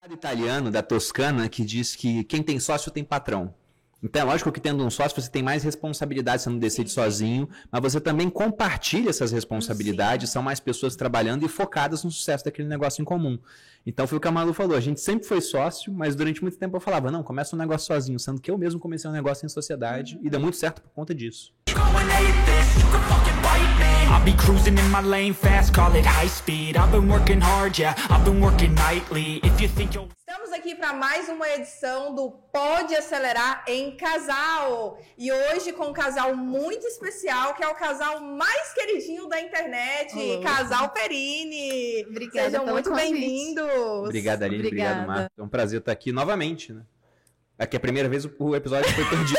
Italiano da Toscana que diz que quem tem sócio tem patrão. Então é lógico que tendo um sócio você tem mais responsabilidade, você não decide sozinho, mas você também compartilha essas responsabilidades, são mais pessoas trabalhando e focadas no sucesso daquele negócio em comum. Então foi o que a Malu falou, a gente sempre foi sócio, mas durante muito tempo eu falava, não, começa um negócio sozinho, sendo que eu mesmo comecei um negócio em sociedade e deu muito certo por conta disso. I'll be cruising in my lane fast, call it high speed. I've been working hard, yeah, I've been working nightly. If you think you'll... Estamos aqui para mais uma edição do Pode Acelerar em Casal. E hoje com um casal muito especial, que é o casal mais queridinho da internet, Casal Perini. Obrigada. Sejam muito bem-vindos. Obrigado, Aline. Obrigado, Marco. É um prazer estar aqui novamente, né? É que a primeira vez o episódio foi perdido.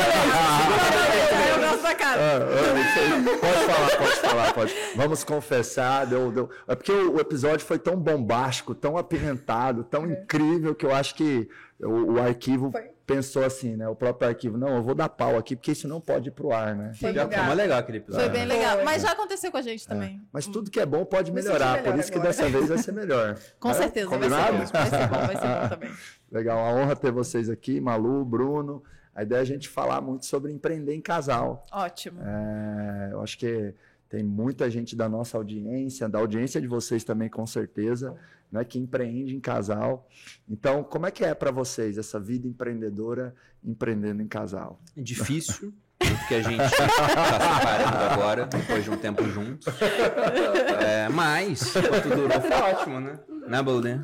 Pode falar. Vamos confessar, é porque o episódio foi tão bombástico, tão apimentado, tão incrível, que eu acho que o arquivo pensou assim, né? O próprio arquivo, não, eu vou dar pau aqui, porque isso não pode ir pro ar, né? Foi legal aquele episódio. Foi bem legal, mas já aconteceu com a gente também. Mas tudo que é bom pode melhorar, por isso que dessa vez vai ser melhor. Com certeza, combinado? vai ser bom também. Legal, uma honra ter vocês aqui, Malu, Bruno. A ideia é a gente falar muito sobre empreender em casal. Ótimo. Eu acho que tem muita gente da nossa audiência, da audiência de vocês também, com certeza, né, que empreende em casal. Então, como é que é para vocês essa vida empreendedora empreendendo em casal? É difícil, porque a gente está separando agora, depois de um tempo juntos. Mas, quanto durou, foi ótimo, né? Né, Bolden?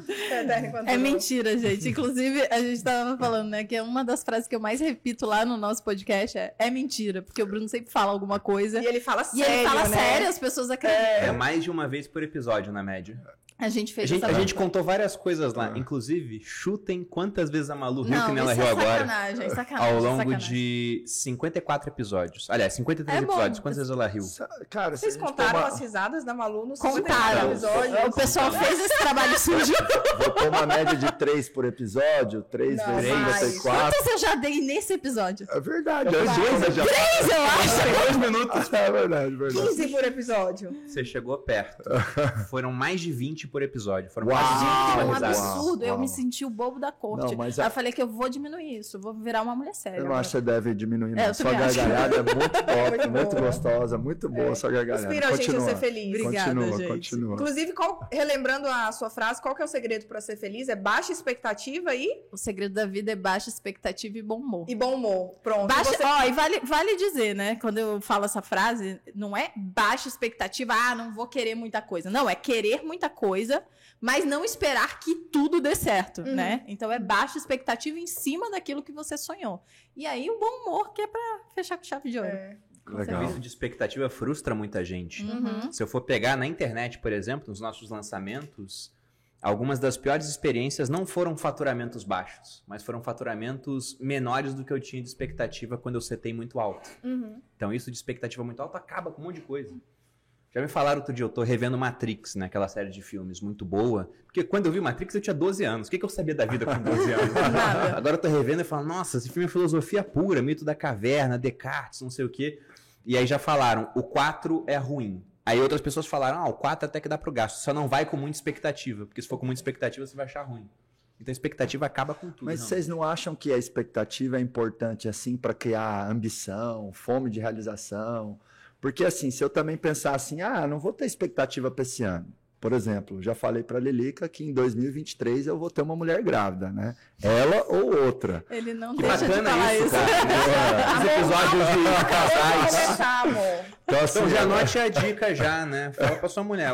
É mentira, gente. Inclusive, a gente estava falando, né, que é uma das frases que eu mais repito lá no nosso podcast é mentira, porque o Bruno sempre fala alguma coisa. E ele fala sério, E ele fala né? sério, as pessoas acreditam. É mais de uma vez por episódio, na média. A gente fez A gente contou várias coisas lá. Inclusive, chutem quantas vezes a Malu riu que nem ela riu agora. Sacanagem. Ao longo de 54 episódios. Aliás, 53 episódios. Quantas vezes ela riu? Cara, Vocês contaram as risadas da Malu nos Contaram. episódios? O pessoal fez esse trabalho sujo. Vou pôr uma média de 3 por episódio, 3 vezes 54. Quantas eu já dei nesse episódio? É verdade, é 2 já. 3, eu acho. 2 minutos. É verdade. 15 por episódio. Você chegou perto. Foram mais de 20 por episódio. Foram Uau! quase 20 Gente, é um risadas. absurdo. Eu me senti o bobo da corte. Não, mas Aí eu falei que eu vou diminuir isso. Vou virar uma mulher séria. Eu não acho que você deve diminuir, não. Eu Sua também acho. gargalhada é muito top, Muito muito boa. gostosa, muito boa sua gargalhada. Inspira a gente a ser feliz. Obrigada, gente. Continua. Inclusive, relembrando a sua frase, qual que é o segredo para ser feliz? É baixa expectativa O segredo da vida é baixa expectativa e bom humor. bom humor. Pronto. Baixa, Você- ó, e vale dizer, né? Quando eu falo essa frase, não é baixa expectativa, não vou querer muita coisa. Não, é querer muita coisa, mas não esperar que tudo dê certo, né? Então é baixa expectativa em cima daquilo que você sonhou. E aí o bom humor que é pra fechar com chave de ouro. O Legal. serviço de expectativa frustra muita gente. Se eu for pegar na internet, por exemplo, nos nossos lançamentos, algumas das piores experiências não foram faturamentos baixos, mas foram faturamentos menores do que eu tinha de expectativa quando eu setei muito alto. Então isso de expectativa muito alta acaba com um monte de coisa. Já me falaram outro dia, eu tô revendo Matrix, né? Aquela série de filmes muito boa. Porque quando eu vi Matrix eu tinha 12 anos. O que eu sabia da vida com 12 anos? Nada. Agora eu tô revendo e falo, nossa, esse filme é filosofia pura, mito da caverna, Descartes, não sei o quê. E aí já falaram, o 4 é ruim. Aí outras pessoas falaram, o 4 até que dá pro gasto. Só não vai com muita expectativa, porque se for com muita expectativa você vai achar ruim. Então a expectativa acaba com tudo. Mas não. vocês não acham que a expectativa é importante assim para criar ambição, fome de realização? Porque assim, se eu também pensar assim, não vou ter expectativa para esse ano. Por exemplo, já falei para a Lilica que em 2023 eu vou ter uma mulher grávida, né? Ela ou outra. Ele não Que deixa de bacana falar isso, isso. cara. Os episódios de casais. Começar, amor. Então, assim, Então já anote a dica já, né? Fala pra sua mulher.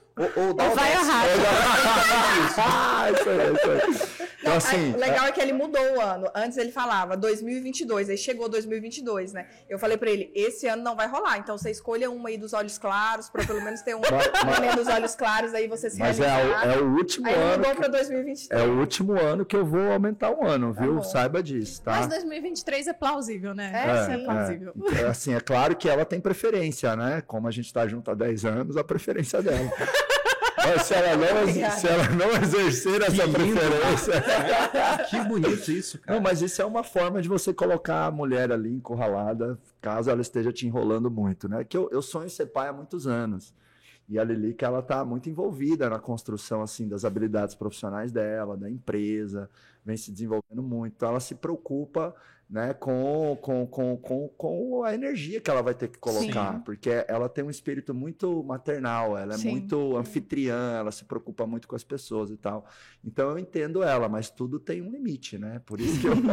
Ou dá Ou o vai décimo. errado. isso aí. Então, assim, O legal é que ele mudou o ano. Antes ele falava 2022, aí chegou 2022, né? Eu falei pra ele, esse ano não vai rolar. Então você escolha uma aí dos olhos claros, pra pelo menos ter um neném dos olhos claros, aí você se mas realizar. é o último Aí ano. mudou pra 2023. É o último ano que eu vou aumentar um ano, viu? bom. Saiba disso, tá? Mas 2023 é plausível, né? É, sim. plausível. É, assim, é claro que ela tem preferência, né? Como a gente tá junto há 10 anos, a preferência dela. Mas se ela não exercer essa preferência. Que bonito isso, cara. Não, mas isso é uma forma de você colocar a mulher ali encurralada, caso ela esteja te enrolando muito, né? Que eu sonho ser pai há muitos anos. E a Lilica, ela tá muito envolvida na construção, assim, das habilidades profissionais dela, da empresa, vem se desenvolvendo muito. Então, ela se preocupa, né, com a energia que ela vai ter que colocar, porque ela tem um espírito muito maternal, ela é muito anfitriã, ela se preocupa muito com as pessoas e tal. Então, eu entendo ela, mas tudo tem um limite, né? Por isso que eu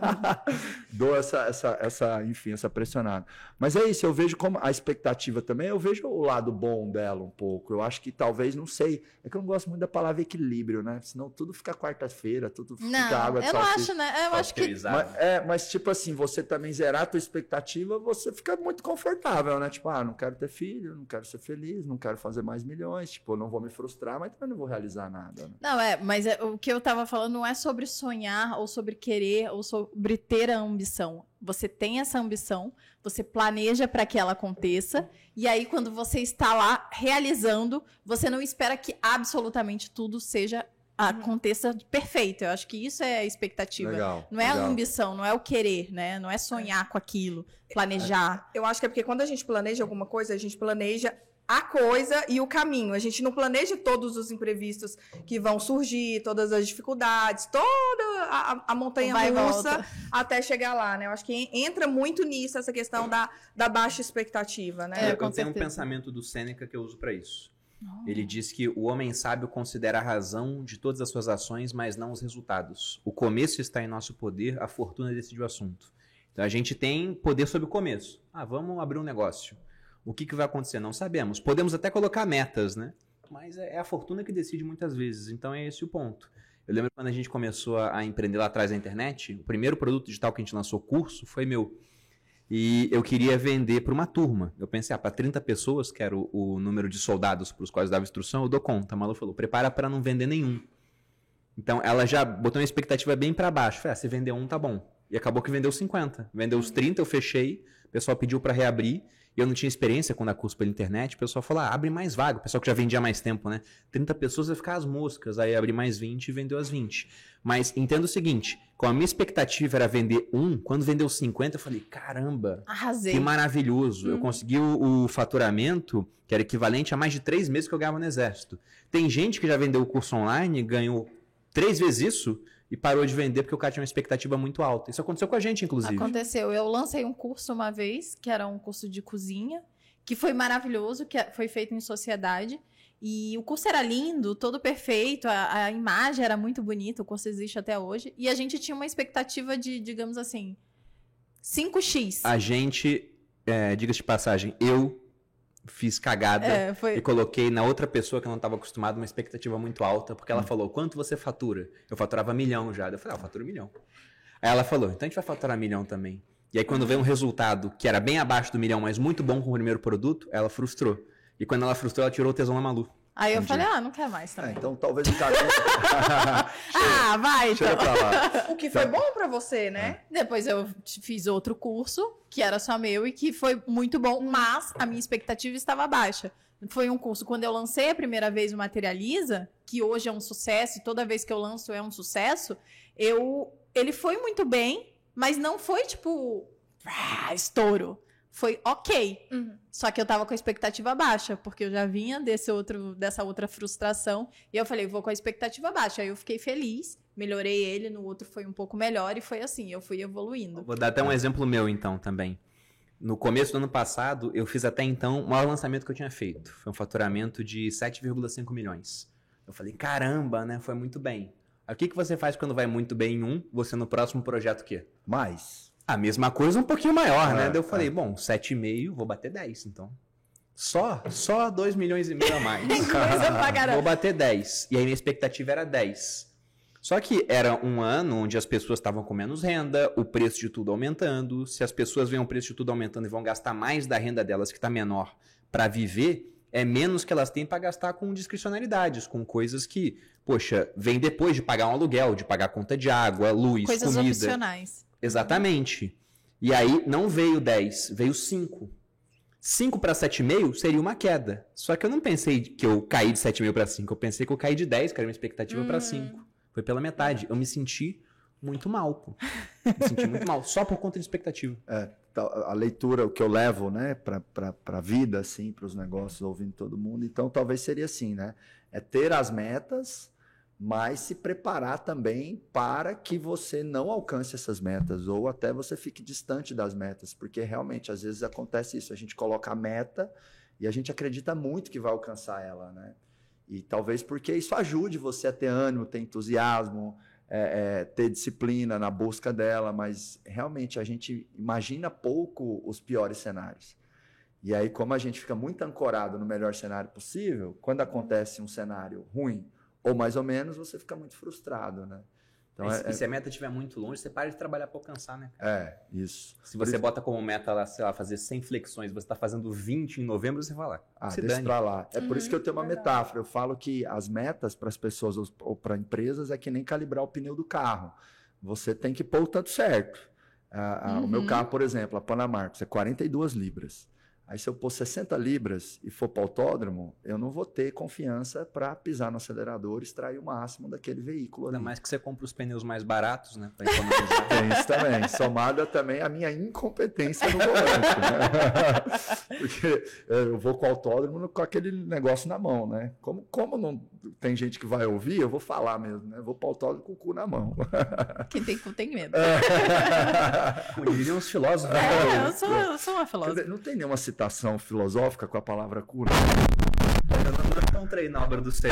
dou enfim, essa pressionada. Mas é isso, eu vejo como a expectativa também, eu vejo o lado bom dela um pouco. Eu acho que talvez, não sei, é que eu não gosto muito da palavra equilíbrio, né? Senão tudo fica quarta-feira, tudo fica água de eu não acho, né? Eu acho que... Mas tipo assim, você também zerar a tua expectativa, você fica muito confortável, né? Tipo, não quero ter filho, não quero ser feliz, não quero fazer mais milhões, tipo, não vou me frustrar, mas também não vou realizar nada, né? Não, mas o que eu tava falando não é sobre sonhar, ou sobre querer, ou sobre ter a ambição. Você tem essa ambição, você planeja para que ela aconteça, e aí quando você está lá realizando, você não espera que absolutamente tudo aconteça perfeito. Eu acho que isso é a expectativa. Legal, não é a ambição, não é o querer, né? Não é sonhar com aquilo, planejar. Eu acho que é porque quando a gente planeja alguma coisa, a gente planeja a coisa e o caminho. A gente não planeja todos os imprevistos que vão surgir, todas as dificuldades, toda a montanha-russa até chegar lá, né? Eu acho que entra muito nisso essa questão da baixa expectativa, né? Eu tenho um pensamento do Sêneca que eu uso para isso. Ele diz que o homem sábio considera a razão de todas as suas ações, mas não os resultados. O começo está em nosso poder, a fortuna decide o assunto. Então a gente tem poder sobre o começo. Vamos abrir um negócio. O que vai acontecer? Não sabemos. Podemos até colocar metas, né? Mas é a fortuna que decide muitas vezes. Então é esse o ponto. Eu lembro quando a gente começou a empreender lá atrás na internet, o primeiro produto digital que a gente lançou, curso, foi meu. E eu queria vender para uma turma. Eu pensei, para 30 pessoas, que era o número de soldados para os quais eu dava instrução, eu dou conta. A Malu falou, prepara para não vender nenhum. Então, ela já botou uma expectativa bem para baixo. Falei, se vender um, tá bom. E acabou que vendeu 50. Vendeu os 30, eu fechei. O pessoal pediu para reabrir. Eu não tinha experiência com dar curso pela internet. O pessoal falou, abre mais vaga. O pessoal que já vendia há mais tempo, né? 30 pessoas vai ficar as moscas. Aí abri mais 20 e vendeu as 20. Mas entenda o seguinte, como a minha expectativa era vender um, quando vendeu 50, eu falei, caramba, arrasei. Que maravilhoso. Eu consegui o faturamento, que era equivalente a mais de 3 meses que eu ganhava no Exército. Tem gente que já vendeu o curso online, ganhou 3 vezes isso e parou de vender porque o cara tinha uma expectativa muito alta. Isso aconteceu com a gente, inclusive. Aconteceu. Eu lancei um curso uma vez, que era um curso de cozinha, que foi maravilhoso, que foi feito em sociedade. E o curso era lindo, todo perfeito, a imagem era muito bonita, o curso existe até hoje. E a gente tinha uma expectativa de, digamos assim, 5x. A gente, diga-se de passagem, eu fiz cagada e coloquei na outra pessoa que eu não estava acostumado uma expectativa muito alta, porque ela falou, quanto você fatura? Eu faturava 1 milhão já. Eu falei, eu faturo 1 milhão. Aí ela falou, então a gente vai faturar 1 milhão também. E aí quando veio um resultado que era bem abaixo do 1 milhão, mas muito bom com o primeiro produto, ela frustrou. E quando ela frustrou, ela tirou o tesão na Malu. Aí eu falei, não quero mais também. Então talvez o caminho... vai, então. Pra lá. O que foi bom pra você, né? Depois eu fiz outro curso, que era só meu e que foi muito bom, mas a minha expectativa estava baixa. Foi um curso, quando eu lancei a primeira vez o Materializa, que hoje é um sucesso, e toda vez que eu lanço é um sucesso, ele foi muito bem, mas não foi tipo, estouro. Foi ok. Só que eu tava com a expectativa baixa, porque eu já vinha dessa outra frustração. E eu falei, vou com a expectativa baixa. Aí eu fiquei feliz, melhorei ele, no outro foi um pouco melhor. E foi assim, eu fui evoluindo. Vou dar até um exemplo meu, então, também. No começo do ano passado, eu fiz até então o maior lançamento que eu tinha feito. Foi um faturamento de 7,5 milhões. Eu falei, caramba, né? Foi muito bem. Aí o que você faz quando vai muito bem em um, você no próximo projeto o quê? Mais. A mesma coisa, um pouquinho maior, né? Daí eu falei, bom, 7,5, vou bater 10, então. Só 2,5 milhões a mais. Vou bater 10. E aí minha expectativa era 10. Só que era um ano onde as pessoas estavam com menos renda, o preço de tudo aumentando. Se as pessoas veem o preço de tudo aumentando e vão gastar mais da renda delas, que está menor, para viver, é menos que elas têm para gastar com discricionalidades, com coisas que, poxa, vem depois de pagar um aluguel, de pagar conta de água, luz, coisas comida. Coisas opcionais. Exatamente. E aí não veio 10, veio 5. 5 para 7,5 seria uma queda. Só que eu não pensei que eu caí de 7,5 para 5. Eu pensei que eu caí de 10, que era uma expectativa, para 5. Foi pela metade. Eu me senti muito mal, pô. Me senti muito mal, só por conta de expectativa. a leitura, o que eu levo, né, para a vida, assim, para os negócios, ouvindo todo mundo. Então, talvez seria assim, né? É ter as metas, mas se preparar também para que você não alcance essas metas, ou até você fique distante das metas, porque realmente, às vezes, acontece isso. A gente coloca a meta e a gente acredita muito que vai alcançar ela, né? E talvez porque isso ajude você a ter ânimo, ter entusiasmo, ter disciplina na busca dela, mas realmente a gente imagina pouco os piores cenários. E aí, como a gente fica muito ancorado no melhor cenário possível, quando acontece um cenário ruim, ou mais ou menos, você fica muito frustrado, né? Então, e se a meta estiver muito longe, você para de trabalhar para alcançar, né? Isso. Se você bota como meta lá, sei lá, fazer 100 flexões, você está fazendo 20 em novembro, você vai lá. Deixa pra lá. É por isso que eu tenho uma metáfora. Eu falo que as metas para as pessoas ou para empresas é que nem calibrar o pneu do carro. Você tem que pôr o tanto certo. O meu carro, por exemplo, a Panamarcos, é 42 libras. Aí se eu pôr 60 libras e for para o autódromo, eu não vou ter confiança para pisar no acelerador e extrair o máximo daquele veículo ali. Ainda mais que você compra os pneus mais baratos, né? Para economizar. Tem isso também. Somada também a minha incompetência no volante, né? Porque eu vou com o autódromo com aquele negócio na mão, né? Como não tem gente que vai ouvir, eu vou falar mesmo, né? Eu vou para o autódromo com o cu na mão. Quem tem cu tem medo. Diriam os filósofos. Eu sou uma filósofa. Não tem nenhuma citação filosófica com a palavra cura? Eu não encontrei na obra do Sérgio.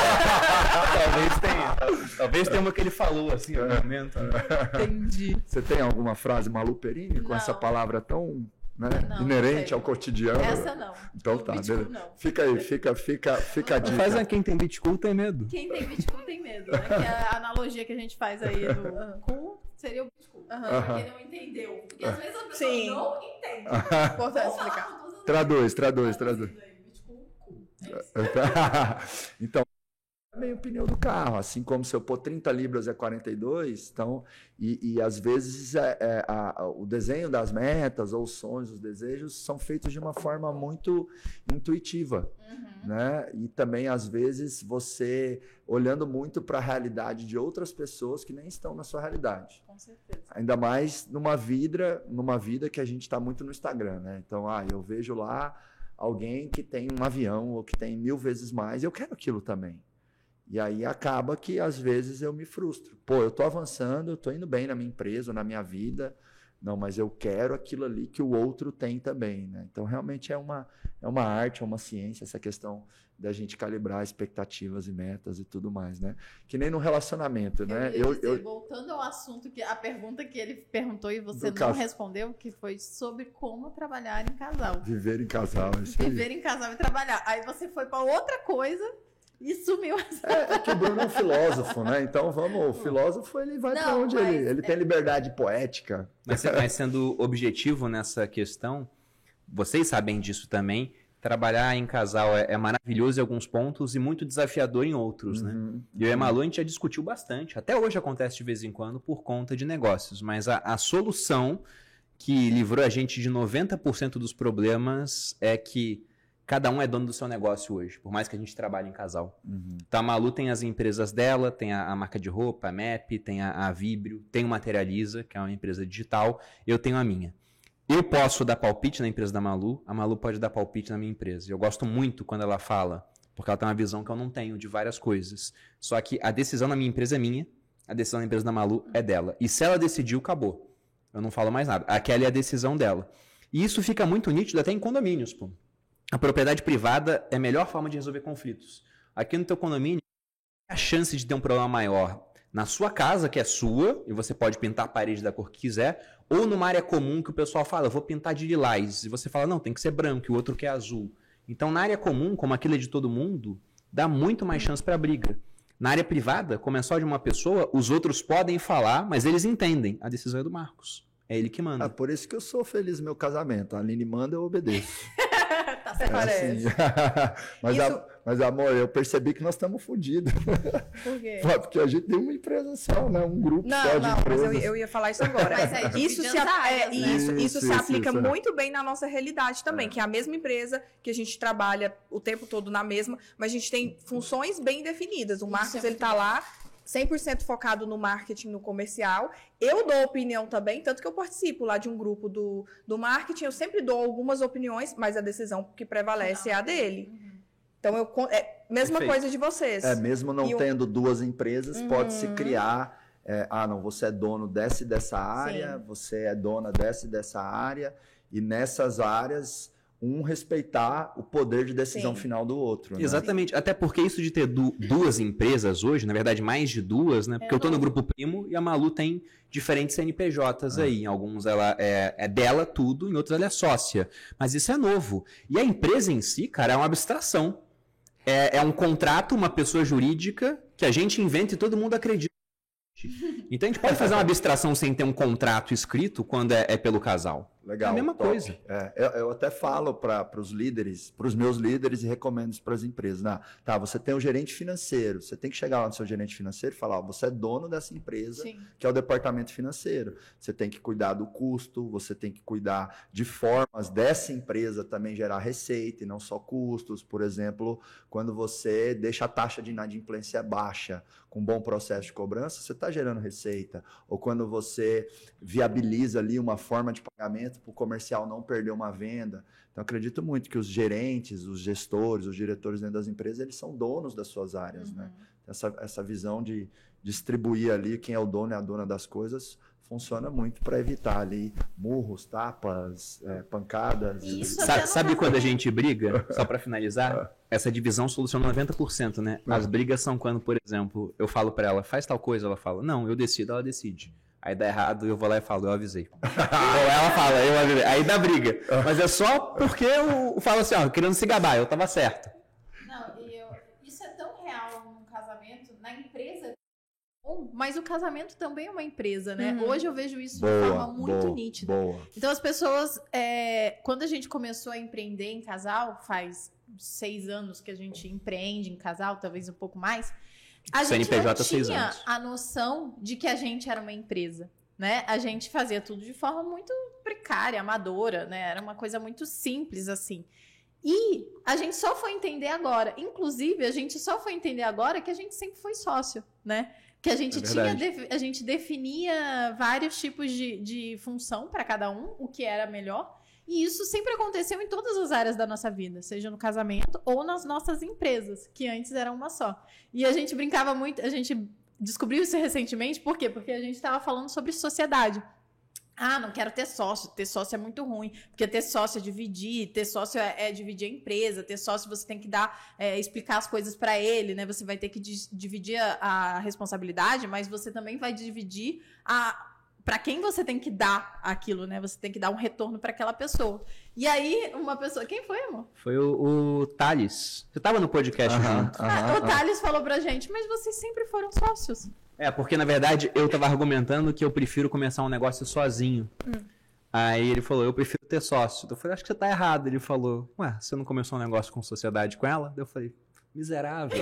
Talvez tenha uma que ele falou, assim, no momento. Entendi. Você tem alguma frase Malu Perini com essa palavra tão, né, inerente ao cotidiano? Essa não. Então tá, beleza. Fica aí, fica a dica. Faz quem tem bitcoin tem medo. Quem tem bitcoin tem medo, né? Que é a analogia que a gente faz aí do cu seria o bitcoin. Pra quem não entendeu. Porque às vezes a pessoa não entende. Importante explicar. Traduz. É Então, é meio o pneu do carro, assim como se eu pôr 30 libras é 42, então, e às vezes o desenho das metas, ou os sonhos, os desejos, são feitos de uma forma muito intuitiva, né? E também, às vezes, você olhando muito para a realidade de outras pessoas que nem estão na sua realidade. Com certeza. Ainda mais numa vida que a gente está muito no Instagram, né? Então, eu vejo lá alguém que tem um avião ou que tem 1000 vezes mais, eu quero aquilo também. E aí acaba que, às vezes, eu me frustro. Pô, eu estou avançando, eu estou indo bem na minha empresa, na minha vida, não, mas eu quero aquilo ali que o outro tem também, né? Então, realmente é uma arte, é uma ciência, essa questão da gente calibrar expectativas e metas e tudo mais, né? Que nem no relacionamento, né? Voltando ao assunto, a pergunta que ele perguntou e você não respondeu, que foi sobre como trabalhar em casal. Viver em casal, isso aí. Viver em casal e trabalhar. Aí você foi para outra coisa e sumiu. É que o Bruno é um filósofo, né? Então, o filósofo, ele vai para onde ele tem liberdade poética. Mas sendo objetivo nessa questão, vocês sabem disso também, trabalhar em casal é maravilhoso em alguns pontos e muito desafiador em outros, né? E eu e a Malu, a gente já discutiu bastante. Até hoje acontece de vez em quando por conta de negócios. Mas a solução que livrou a gente de 90% dos problemas é que cada um é dono do seu negócio hoje, por mais que a gente trabalhe em casal. Então a Malu tem as empresas dela, tem a marca de roupa, a MAP, tem a Vibrio, tem o Materializa, que é uma empresa digital, eu tenho a minha. Eu posso dar palpite na empresa da Malu, a Malu pode dar palpite na minha empresa. Eu gosto muito quando ela fala, porque ela tem uma visão que eu não tenho de várias coisas. Só que a decisão na minha empresa é minha, a decisão na empresa da Malu é dela. E se ela decidiu, acabou. Eu não falo mais nada. Aquela é a decisão dela. E isso fica muito nítido até em condomínios, pô. A propriedade privada é a melhor forma de resolver conflitos. Aqui no teu condomínio, a chance de ter um problema maior na sua casa, que é sua, e você pode pintar a parede da cor que quiser, ou numa área comum que o pessoal fala, eu vou pintar de lilás, e você fala, não, tem que ser branco, e o outro quer azul. Então, na área comum, como aquilo é de todo mundo, dá muito mais chance para briga. Na área privada, como é só de uma pessoa, os outros podem falar, mas eles entendem. A decisão é do Marcos. É ele que manda. Por isso que eu sou feliz no meu casamento. A Aline manda, eu obedeço. Tá certo. Parece. Mas, amor, eu percebi que nós estamos fodidos. Por quê? Porque a gente tem uma empresa só, né? Um grupo só de empresas. Mas eu ia falar isso agora. Isso se aplica muito bem na nossa realidade também, que é a mesma empresa, que a gente trabalha o tempo todo na mesma, mas a gente tem funções bem definidas. O Marcos, ele tá lá 100% focado no marketing, no comercial. Eu dou opinião também, tanto que eu participo lá de um grupo do marketing. Eu sempre dou algumas opiniões, mas a decisão que prevalece é a dele. Então, mesma Perfeito. coisa de vocês. Mesmo não tendo duas empresas, pode-se criar... não, você é dono dessa área, você é dona dessa área, e nessas áreas, respeitar o poder de decisão final do outro. Né? Exatamente, até porque isso de ter duas empresas hoje, na verdade mais de duas, né? Porque eu tô no Grupo Primo e a Malu tem diferentes CNPJs aí. Em alguns ela é dela tudo, em outros ela é sócia. Mas isso é novo. E a empresa em si, cara, é uma abstração. É um contrato, uma pessoa jurídica que a gente inventa e todo mundo acredita. Então a gente pode fazer uma abstração sem ter um contrato escrito quando é pelo casal. Legal. É a mesma top. coisa. Eu até falo para os líderes, para os meus líderes e recomendo isso para as empresas. Você tem um gerente financeiro, você tem que chegar lá no seu gerente financeiro e falar, você é dono dessa empresa, que é o departamento financeiro. Você tem que cuidar do custo, você tem que cuidar de formas dessa empresa também gerar receita e não só custos. Por exemplo, quando você deixa a taxa de inadimplência baixa, com um bom processo de cobrança, você está gerando receita. Ou quando você viabiliza ali uma forma de pagamento para o comercial não perder uma venda. Então, acredito muito que os gerentes, os gestores, os diretores dentro das empresas, eles são donos das suas áreas. Né? Essa visão de distribuir ali quem é o dono e a dona das coisas funciona muito para evitar ali murros, tapas, pancadas. Sabe quando a gente briga? Só para finalizar, essa divisão soluciona 90%, né? As brigas são quando, por exemplo, eu falo para ela, faz tal coisa, ela fala, não, eu decido, ela decide. Aí dá errado, eu vou lá e falo, eu avisei. Ou ela fala, eu avisei. Aí dá briga. Mas é só porque eu falo assim, querendo se gabar, eu tava certo. Não, isso é tão real num casamento, na empresa, mas o casamento também é uma empresa, né? Hoje eu vejo isso de forma muito nítida. Então as pessoas, quando a gente começou a empreender em casal, faz 6 anos que a gente empreende em casal, talvez um pouco mais, a gente não tinha a noção de que a gente era uma empresa, né? A gente fazia tudo de forma muito precária, amadora, né? Era uma coisa muito simples, assim. E a gente só foi entender agora. Inclusive, a gente só foi entender agora que a gente sempre foi sócio, né? Que a gente a gente definia vários tipos de função para cada um, o que era melhor. E isso sempre aconteceu em todas as áreas da nossa vida, seja no casamento ou nas nossas empresas, que antes eram uma só. E a gente brincava muito, a gente descobriu isso recentemente, por quê? Porque a gente estava falando sobre sociedade. Não quero ter sócio é muito ruim, porque ter sócio é dividir, ter sócio é dividir a empresa, ter sócio você tem que explicar as coisas para ele, né? Você vai ter que dividir a responsabilidade, mas você também vai dividir para quem você tem que dar aquilo, né? Você tem que dar um retorno para aquela pessoa. E aí, uma pessoa... Quem foi, amor? Foi o Thales. Você tava no podcast junto. O Thales falou pra gente, mas vocês sempre foram sócios. Porque na verdade eu tava argumentando que eu prefiro começar um negócio sozinho. Aí ele falou, eu prefiro ter sócio. Eu falei, acho que você tá errado. Ele falou, você não começou um negócio com sociedade com ela? Eu falei, miserável.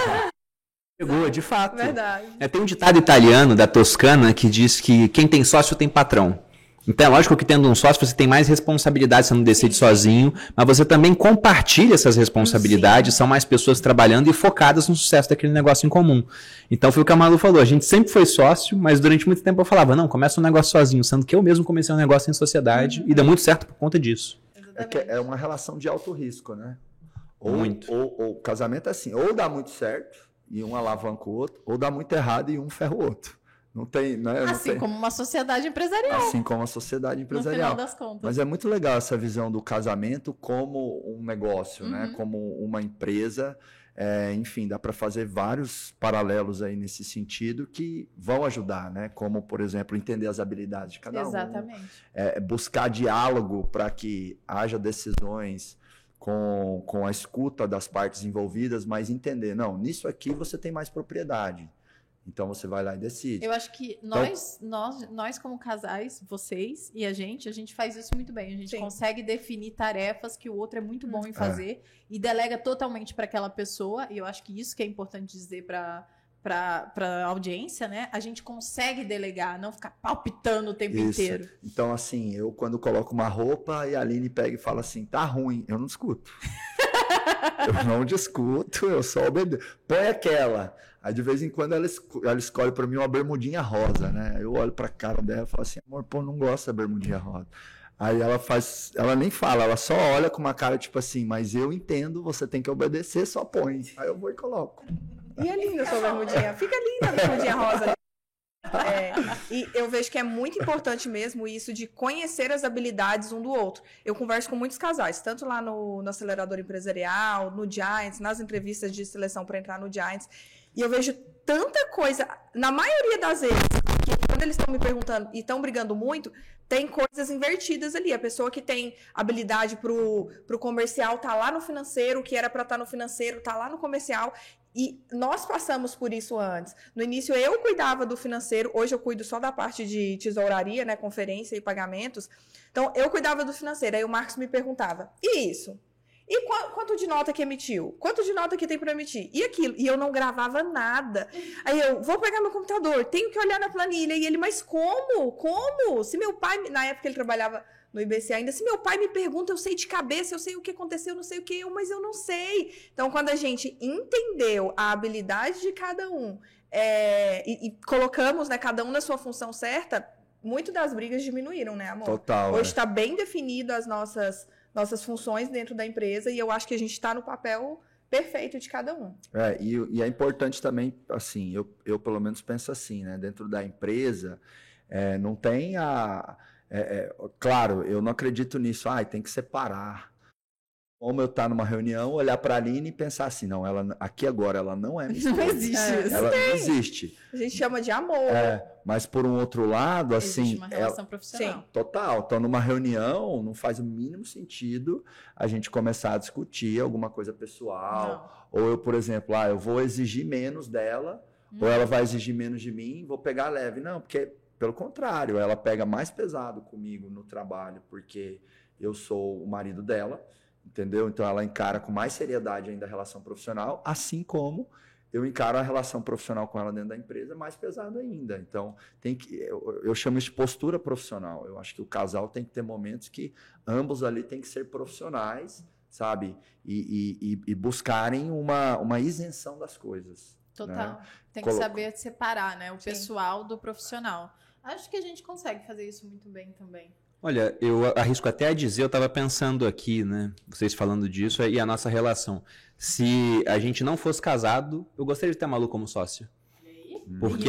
Pegou, de fato. Verdade. Tem um ditado italiano da Toscana que diz que quem tem sócio tem patrão. Então é lógico que tendo um sócio você tem mais responsabilidade, você não decide sozinho, mas você também compartilha essas responsabilidades, são mais pessoas trabalhando e focadas no sucesso daquele negócio em comum. Então foi o que a Malu falou, a gente sempre foi sócio, mas durante muito tempo eu falava, não, começa um negócio sozinho, sendo que eu mesmo comecei um negócio em sociedade e deu muito certo por conta disso. É uma relação de alto risco, né? Muito. Ou casamento é assim, ou dá muito certo e um alavanca o outro, ou dá muito errado e um ferra o outro. Não tem, né? Assim como uma sociedade empresarial. Assim como a sociedade empresarial. No final das contas. Mas é muito legal essa visão do casamento como um negócio, né? Como uma empresa. Enfim, dá para fazer vários paralelos aí nesse sentido que vão ajudar, né? Como, por exemplo, entender as habilidades de cada um. Exatamente. Buscar diálogo para que haja decisões com a escuta das partes envolvidas, mas entender, não, nisso aqui você tem mais propriedade. Então você vai lá e decide. Eu acho que nós como casais, vocês e a gente faz isso muito bem. A gente consegue definir tarefas que o outro é muito bom em fazer e delega totalmente para aquela pessoa. E eu acho que isso que é importante dizer para a audiência, né? A gente consegue delegar, não ficar palpitando o tempo inteiro. Então, assim, eu quando coloco uma roupa e a Aline pega e fala assim, tá ruim, eu não discuto. Eu não discuto, eu só obedeço. Põe aquela. Aí de vez em quando ela escolhe pra mim uma bermudinha rosa, né? Eu olho pra cara dela e falo assim, amor, pô, não gosto da bermudinha rosa. Aí ela nem fala, ela só olha com uma cara tipo assim, mas eu entendo, você tem que obedecer, só põe. Aí eu vou e coloco. E é linda a sua bermudinha, fica linda a bermudinha rosa. E eu vejo que é muito importante mesmo isso de conhecer as habilidades um do outro. Eu converso com muitos casais, tanto lá no Acelerador Empresarial, no Giants, nas entrevistas de seleção para entrar no Giants, e eu vejo tanta coisa, na maioria das vezes, que quando eles estão me perguntando e estão brigando muito, tem coisas invertidas ali. A pessoa que tem habilidade pro comercial tá lá no financeiro, o que era para estar no financeiro tá lá no comercial. E nós passamos por isso antes. No início eu cuidava do financeiro, hoje eu cuido só da parte de tesouraria, né, conferência e pagamentos. Então eu cuidava do financeiro, aí o Marcos me perguntava, e isso? E quanto de nota que emitiu? Quanto de nota que tem para emitir? E aquilo? E eu não gravava nada. Aí eu vou pegar meu computador, tenho que olhar na planilha. E ele, mas como? Como? Se meu pai, na época ele trabalhava no IBC ainda, se meu pai me pergunta, eu sei de cabeça, eu sei o que aconteceu, não sei o que, mas eu não sei. Então, quando a gente entendeu a habilidade de cada um e colocamos, né, cada um na sua função certa, muito das brigas diminuíram, né, amor? Total. Hoje está bem definido as nossas funções dentro da empresa e eu acho que a gente está no papel perfeito de cada um. E é importante também, assim, eu pelo menos penso assim, né? Dentro da empresa, não tem claro, eu não acredito nisso, tem que separar. Como eu estar numa reunião, olhar para a Aline e pensar assim, não, aqui agora ela não é minha esposa. Não existe isso. Ela não existe. A gente chama de amor. Mas por um outro lado, assim... Existe uma relação profissional. Sim. Total. Então, numa reunião, não faz o mínimo sentido a gente começar a discutir alguma coisa pessoal. Não. Ou eu, por exemplo, eu vou exigir menos dela, ou ela vai exigir menos de mim, vou pegar leve. Não, porque, pelo contrário, ela pega mais pesado comigo no trabalho, porque eu sou o marido dela, entendeu? Então, ela encara com mais seriedade ainda a relação profissional, assim como eu encaro a relação profissional com ela dentro da empresa mais pesada ainda. Então, eu chamo isso de postura profissional. Eu acho que o casal tem que ter momentos que ambos ali têm que ser profissionais, sabe? E buscarem uma isenção das coisas. Total. Né? Tem que saber separar, né? O pessoal do profissional. Acho que a gente consegue fazer isso muito bem também. Olha, eu arrisco até a dizer, eu estava pensando aqui, né? Vocês falando disso e a nossa relação. Se a gente não fosse casado, eu gostaria de ter a Malu como sócia. Porque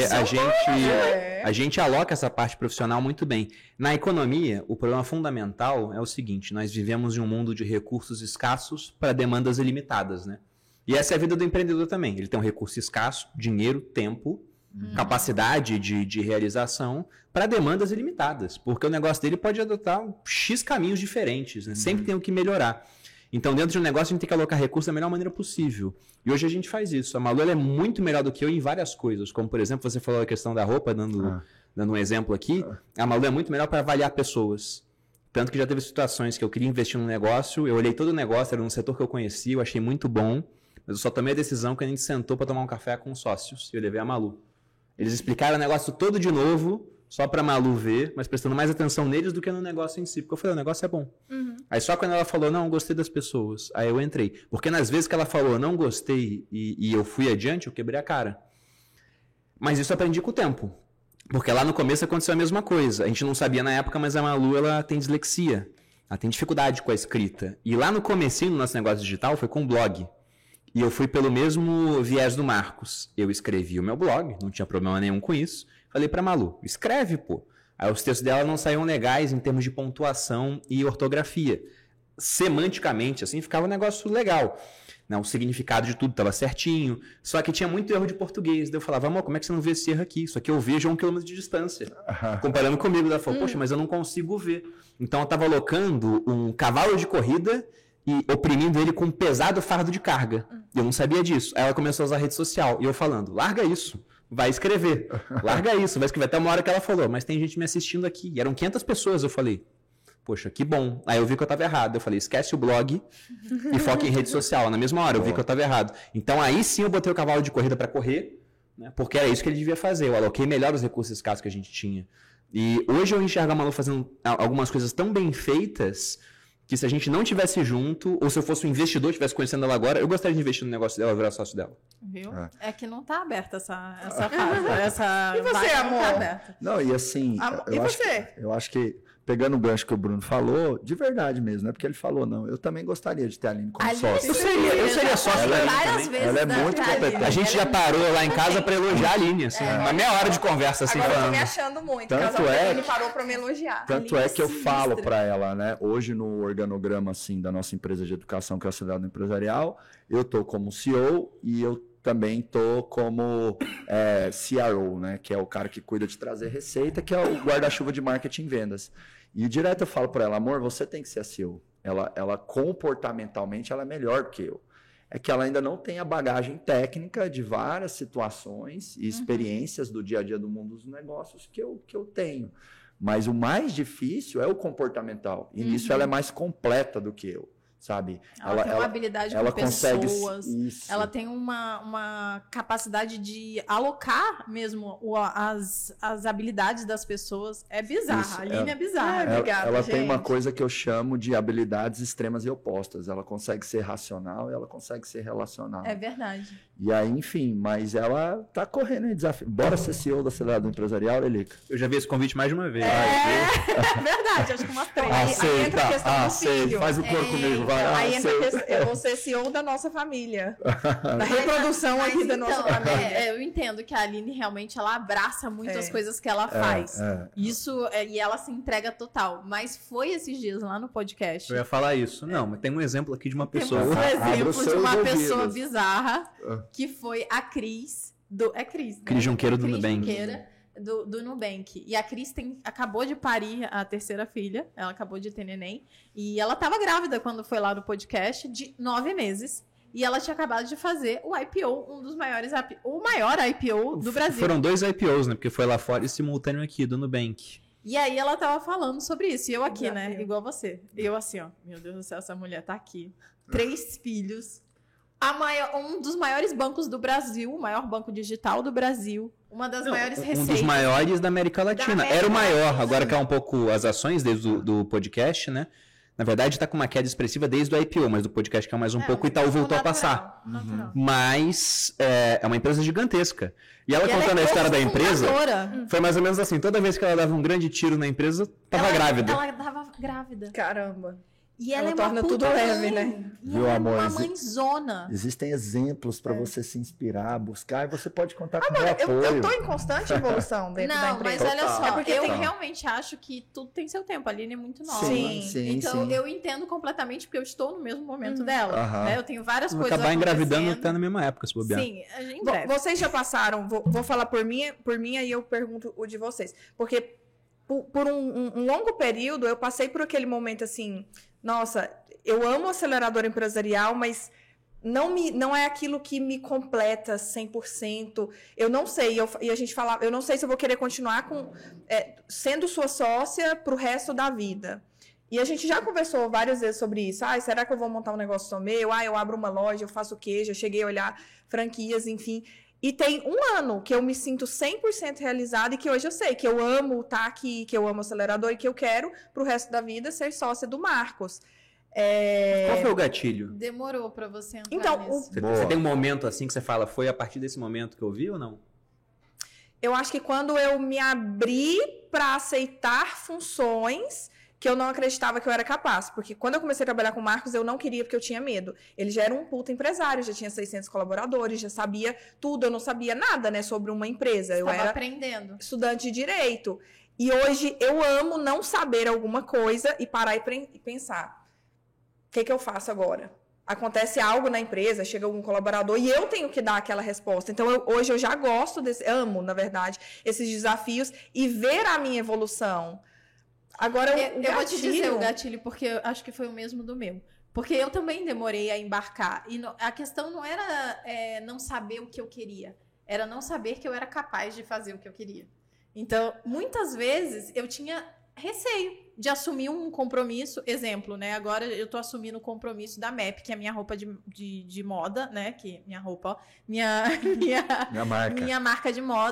a gente aloca essa parte profissional muito bem. Na economia, o problema fundamental é o seguinte, nós vivemos em um mundo de recursos escassos para demandas ilimitadas, né? E essa é a vida do empreendedor também. Ele tem um recurso escasso, dinheiro, tempo, capacidade de realização para demandas ilimitadas, porque o negócio dele pode adotar X caminhos diferentes, né? Sempre tem o que melhorar. Então, dentro de um negócio, a gente tem que alocar recursos da melhor maneira possível. E hoje a gente faz isso. A Malu ela é muito melhor do que eu em várias coisas, como, por exemplo, você falou a questão da roupa, dando um exemplo aqui. A Malu é muito melhor para avaliar pessoas. Tanto que já teve situações que eu queria investir num negócio, eu olhei todo o negócio, era um setor que eu conhecia, eu achei muito bom, mas eu só tomei a decisão quando a gente sentou para tomar um café com sócios, e eu levei a Malu. Eles explicaram o negócio todo de novo, só pra Malu ver, mas prestando mais atenção neles do que no negócio em si. Porque eu falei, o negócio é bom. Aí só quando ela falou, não, gostei das pessoas, aí eu entrei. Porque nas vezes que ela falou, não gostei, e eu fui adiante, eu quebrei a cara. Mas isso eu aprendi com o tempo. Porque lá no começo aconteceu a mesma coisa. A gente não sabia na época, mas a Malu, ela tem dislexia. Ela tem dificuldade com a escrita. E lá no comecinho do nosso negócio digital, foi com o blog. E eu fui pelo mesmo viés do Marcos. Eu escrevi o meu blog, não tinha problema nenhum com isso. Falei pra Malu, escreve, pô. Aí os textos dela não saíam legais em termos de pontuação e ortografia. Semanticamente, assim, ficava um negócio legal. Não, o significado de tudo estava certinho. Só que tinha muito erro de português. Daí eu falava, amor, como é que você não vê esse erro aqui? Isso aqui eu vejo a 1 quilômetro de distância. Comparando comigo. Ela falou, poxa, mas eu não consigo ver. Então eu estava alocando um cavalo de corrida e oprimindo ele com um pesado fardo de carga. Eu não sabia disso. Aí ela começou a usar a rede social. E eu falando, larga isso. Vai escrever. Larga isso. Vai escrever. Até uma hora que ela falou, mas tem gente me assistindo aqui. E eram 500 pessoas. Eu falei, poxa, que bom. Aí eu vi que eu estava errado. Eu falei, esquece o blog e foca em rede social. Na mesma hora eu vi que eu estava errado. Então aí sim eu botei o cavalo de corrida para correr, né, porque era isso que ele devia fazer. Eu aloquei melhor os recursos escassos que a gente tinha. E hoje eu enxergo a Malu fazendo algumas coisas tão bem feitas que se a gente não tivesse junto, ou se eu fosse um investidor, estivesse conhecendo ela agora, eu gostaria de investir no negócio dela, virar sócio dela. Viu? É que não tá aberta essa fase. Essa E você, vaga amor? Não tá aberta. Não, e assim, E você? eu acho que, pegando o gancho que o Bruno falou, de verdade mesmo, não é porque ele falou, não. Eu também gostaria de ter a Aline como sócia. Eu seria sócio da Aline várias também. vezes. Ela é da muito Aline. competente. A gente já parou lá em casa pra elogiar a Aline, assim, uma meia hora de conversa, assim, Agora eu tô falando. me achando muito. Tanto Casal é ele parou pra me elogiar. Tanto Aline é que eu sinistra. falo para ela, né? Hoje no organograma assim da nossa empresa de educação, que é o Acelerado Empresarial, eu tô como CEO e eu também tô como CRO, né? Que é o cara que cuida de trazer receita, que é o guarda-chuva de marketing e vendas. E direto eu falo para ela, amor, você tem que ser a CEO. Ela comportamentalmente ela é melhor do que eu. É que ela ainda não tem a bagagem técnica de várias situações e experiências do dia a dia do mundo dos negócios que eu tenho. Mas o mais difícil é o comportamental. E nisso ela é mais completa do que eu, sabe? Ela tem uma habilidade ela com consegue pessoas. isso. Ela tem uma capacidade de alocar mesmo as habilidades das pessoas. É bizarra. Isso, A Aline é bizarra. Obrigada, ela tem uma gente. coisa que eu chamo de habilidades extremas e opostas. Ela consegue ser racional e ela consegue ser relacional. É verdade. E aí, enfim, mas ela tá correndo em desafio. Bora ser CEO da Acelerado Empresarial, Elica? Eu já vi esse convite mais de uma vez. É verdade, acho que umas três. Aí entra a questão do filho. Faz o cor comigo, vai. Aí entra a aceita. questão, eu vou ser CEO da nossa família. Da reprodução Mas aqui da nossa então, família. eu entendo que a Aline realmente ela abraça muito É. as coisas que ela faz. é. Isso, e ela se entrega total. Mas foi esses dias lá no podcast. Eu ia falar isso. Não, mas tem um exemplo aqui de uma Temos pessoa. um Abra exemplo os de seus uma ouvidos. pessoa bizarra, Ah. que foi a Cris. É Cris, né? Cris Junqueira do Cris Nubank. Junqueira do Nubank. E a Cris acabou de parir a terceira filha. Ela acabou de ter neném. E ela estava grávida quando foi lá no podcast, de 9 meses. E ela tinha acabado de fazer o IPO, um dos maiores, o maior IPO do Brasil. Foram 2 IPOs, né? Porque foi lá fora e simultâneo aqui, do Nubank. E aí ela tava falando sobre isso. E eu aqui, né? Desafio. Igual você. Eu assim, ó. Meu Deus do céu, essa mulher tá aqui. 3 filhos. Um dos maiores bancos do Brasil. O maior banco digital do Brasil. Uma das maiores Um receitas. dos maiores da América Latina. América Era o maior, Latina. agora caiu um pouco as ações desde do podcast, né? Na verdade, tá com uma queda expressiva desde o IPO, mas do podcast caiu mais um pouco e Itaú voltou a passar. Natural. Mas é uma empresa gigantesca. E ela E ela contando é a história da empresa, cofundadora. foi mais ou menos assim. Toda vez que ela dava um grande tiro na empresa, tava grávida. Ela tava grávida. Caramba. E ela, Ela é torna uma puta tudo leve, mãe. né? E Viu, ela é amor? uma mãezona. Existem exemplos para você se inspirar, buscar, e você pode contar com o meu Eu apoio. tô em constante evolução dentro da Não, mas empresa. olha só, É porque eu tem- realmente acho que tudo tem seu tempo. A Aline é muito nova. Sim. Então eu entendo completamente, porque eu estou no mesmo momento dela. Aham. Né? Eu tenho várias Vai coisas acabar engravidando acontecendo. até na mesma época, se bobear. Sim, em breve. Vocês já passaram, vou falar por mim, aí eu pergunto o de vocês. Porque por um longo período eu passei por aquele momento assim, nossa, eu amo o acelerador empresarial, mas não é aquilo que me completa 100%. Eu não sei, e a gente falava, eu não sei se eu vou querer continuar sendo sua sócia pro resto da vida. E a gente já conversou várias vezes sobre isso. Será que eu vou montar um negócio só meu? Eu abro uma loja, eu faço o quê? Já cheguei a olhar franquias, enfim. E tem um ano que eu me sinto 100% realizada e que hoje eu sei que eu amo estar aqui, que eu amo o acelerador e que eu quero, pro resto da vida, ser sócia do Marcos. Qual foi o gatilho? Demorou pra você entrar Então, nisso. Você tem um momento assim que você fala, foi a partir desse momento que eu vi ou não? Eu acho que quando eu me abri para aceitar funções que eu não acreditava que eu era capaz. Porque quando eu comecei a trabalhar com o Marcos, eu não queria porque eu tinha medo. Ele já era um puta empresário, já tinha 600 colaboradores, já sabia tudo. Eu não sabia nada, né, sobre uma empresa. Eu Tava era aprendendo. estudante de Direito. E hoje eu amo não saber alguma coisa e parar e pensar. O que eu faço agora? Acontece algo na empresa, chega algum colaborador e eu tenho que dar aquela resposta. Então, hoje eu já gosto amo, na verdade, esses desafios e ver a minha evolução. Agora, Eu vou te dizer o gatilho, porque eu acho que foi o mesmo do meu. Porque eu também demorei a embarcar. E a questão não era não saber o que eu queria. Era não saber que eu era capaz de fazer o que eu queria. Então, muitas vezes, eu tinha receio de assumir um compromisso. Exemplo, né? Agora eu tô assumindo o compromisso da MAP, que é a minha roupa de moda, né? Que minha roupa, ó, minha Minha marca. minha marca de moda,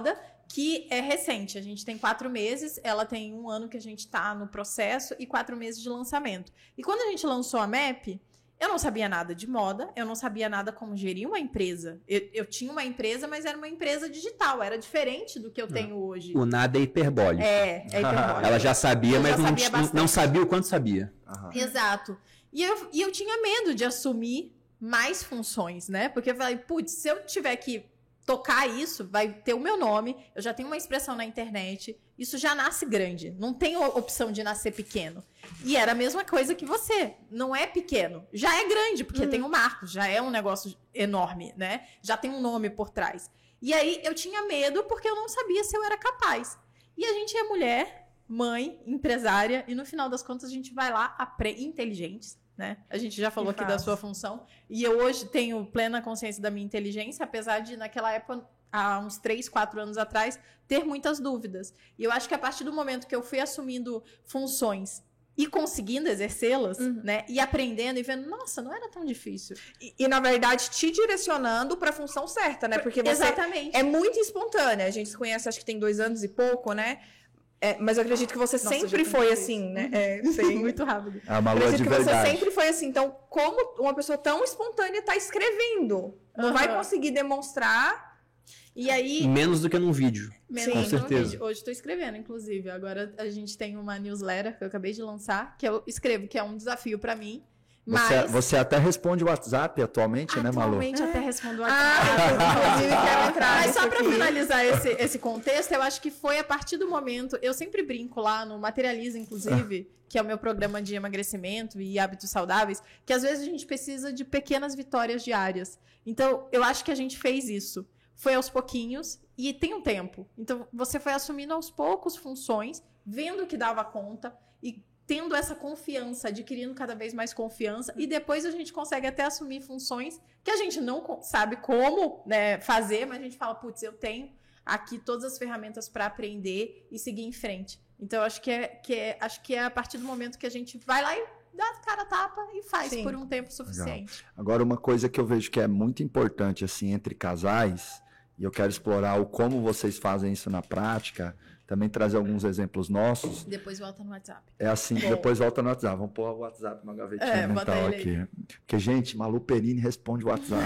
que é recente. A gente tem 4 meses, ela tem 1 ano que a gente está no processo e 4 meses de lançamento. E quando a gente lançou a MAP, eu não sabia nada de moda, eu não sabia nada como gerir uma empresa. Eu tinha uma empresa, mas era uma empresa digital, era diferente do que eu tenho hoje. O nada é hiperbólico. É hiperbólico. Ela já sabia, mas não sabia o quanto sabia. Exato. E eu tinha medo de assumir mais funções, né? Porque eu falei, putz, se eu tiver que tocar isso, vai ter o meu nome, eu já tenho uma expressão na internet, isso já nasce grande, não tem opção de nascer pequeno. E era a mesma coisa que você, não é pequeno, já é grande, porque tem um marco, já é um negócio enorme, né? Já tem um nome por trás. E aí eu tinha medo porque eu não sabia se eu era capaz. E a gente é mulher, mãe, empresária, e no final das contas a gente vai lá, inteligentes, né? A gente já falou aqui da sua função. E eu hoje tenho plena consciência da minha inteligência, apesar de, naquela época, há uns 3, 4 anos atrás, ter muitas dúvidas. E eu acho que a partir do momento que eu fui assumindo funções e conseguindo exercê-las, né? E aprendendo e vendo, nossa, não era tão difícil. E na verdade, te direcionando para a função certa, né? Porque você é muito espontânea. A gente se conhece, acho que tem 2 anos e pouco, né? Mas eu acredito que você sempre foi assim, né? Sim, muito rápido. A Malu é de verdade. Você sempre foi assim. Então, como uma pessoa tão espontânea está escrevendo? Não vai conseguir demonstrar. E aí... Menos do que num vídeo. Com certeza. Hoje estou escrevendo, inclusive. Agora a gente tem uma newsletter que eu acabei de lançar, que eu escrevo, que é um desafio para mim. Você até responde o WhatsApp atualmente, né, Malu? Atualmente até respondo o WhatsApp. Inclusive, quero entrar. Mas só para finalizar esse contexto, eu acho que foi a partir do momento... Eu sempre brinco lá no Materializa, inclusive, que é o meu programa de emagrecimento e hábitos saudáveis, que às vezes a gente precisa de pequenas vitórias diárias. Então, eu acho que a gente fez isso. Foi aos pouquinhos e tem um tempo. Então, você foi assumindo aos poucos funções, vendo que dava conta e tendo essa confiança, adquirindo cada vez mais confiança, e depois a gente consegue até assumir funções que a gente não sabe como, né, fazer, mas a gente fala, putz, eu tenho aqui todas as ferramentas para aprender e seguir em frente. Então, eu acho que é a partir do momento que a gente vai lá e dá a cara a tapa e faz por um tempo suficiente. Legal. Agora, uma coisa que eu vejo que é muito importante, assim, entre casais, e eu quero explorar o como vocês fazem isso na prática, também trazer alguns exemplos nossos. Depois volta no WhatsApp. É assim, depois volta no WhatsApp. Vamos pôr o WhatsApp na gavetinha mental aqui. Porque, gente, Malu Perini responde o WhatsApp.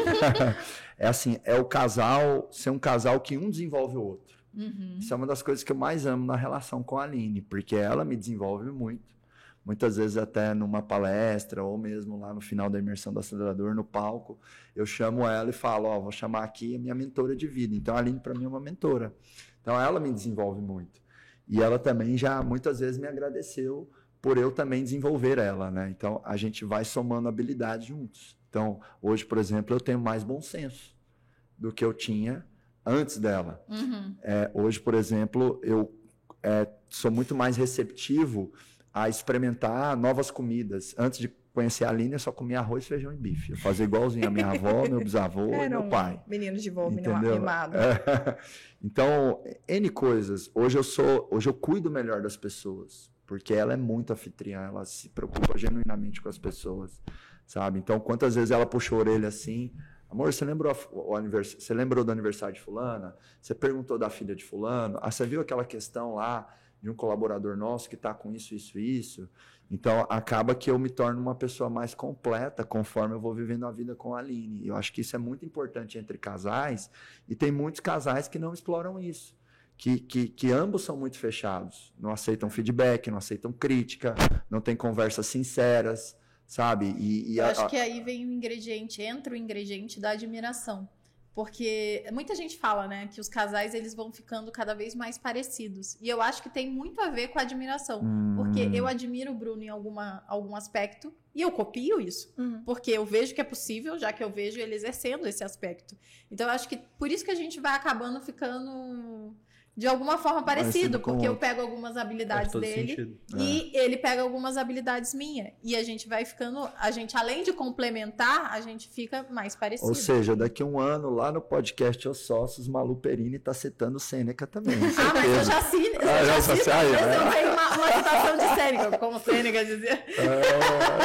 É assim, é o casal, ser um casal que um desenvolve o outro. Isso é uma das coisas que eu mais amo na relação com a Aline, porque ela me desenvolve muito. Muitas vezes até numa palestra, ou mesmo lá no final da imersão do acelerador, no palco, eu chamo ela e falo, vou chamar aqui a minha mentora de vida. Então, a Aline, para mim, é uma mentora. Então, ela me desenvolve muito. E ela também já, muitas vezes, me agradeceu por eu também desenvolver ela, né? Então, a gente vai somando habilidades juntos. Então, hoje, por exemplo, eu tenho mais bom senso do que eu tinha antes dela. Hoje, por exemplo, eu sou muito mais receptivo a experimentar novas comidas. Antes de conhecer a Aline, eu só comia arroz, feijão e bife. Eu fazia igualzinho a minha avó, meu bisavô e meu pai. Menino de vó, menino mimado. Então, N coisas. Hoje eu cuido melhor das pessoas, porque ela é muito anfitriã, ela se preocupa genuinamente com as pessoas, sabe? Então, quantas vezes ela puxou a orelha assim, amor, você lembrou do aniversário de fulana? Você perguntou da filha de fulano? Você viu aquela questão lá de um colaborador nosso que está com isso, isso, isso? Então, acaba que eu me torno uma pessoa mais completa conforme eu vou vivendo a vida com a Aline. Eu acho que isso é muito importante entre casais, e tem muitos casais que não exploram isso, que ambos são muito fechados, não aceitam feedback, não aceitam crítica, não tem conversas sinceras, sabe? Eu acho que aí vem entra o ingrediente da admiração. Porque muita gente fala, né, que os casais eles vão ficando cada vez mais parecidos. E eu acho que tem muito a ver com a admiração. Porque eu admiro o Bruno em algum aspecto e eu copio isso. Porque eu vejo que é possível, já que eu vejo ele exercendo esse aspecto. Então eu acho que por isso que a gente vai acabando ficando de alguma forma parecido, porque eu pego algumas habilidades dele e ele pega algumas habilidades minhas. E a gente vai ficando, além de complementar, a gente fica mais parecido. Ou seja, daqui a um ano, lá no podcast Os Sócios, Malu Perini tá citando Sêneca também. Mas eu já cito. Eu tenho uma citação de Sêneca, como Sêneca dizia.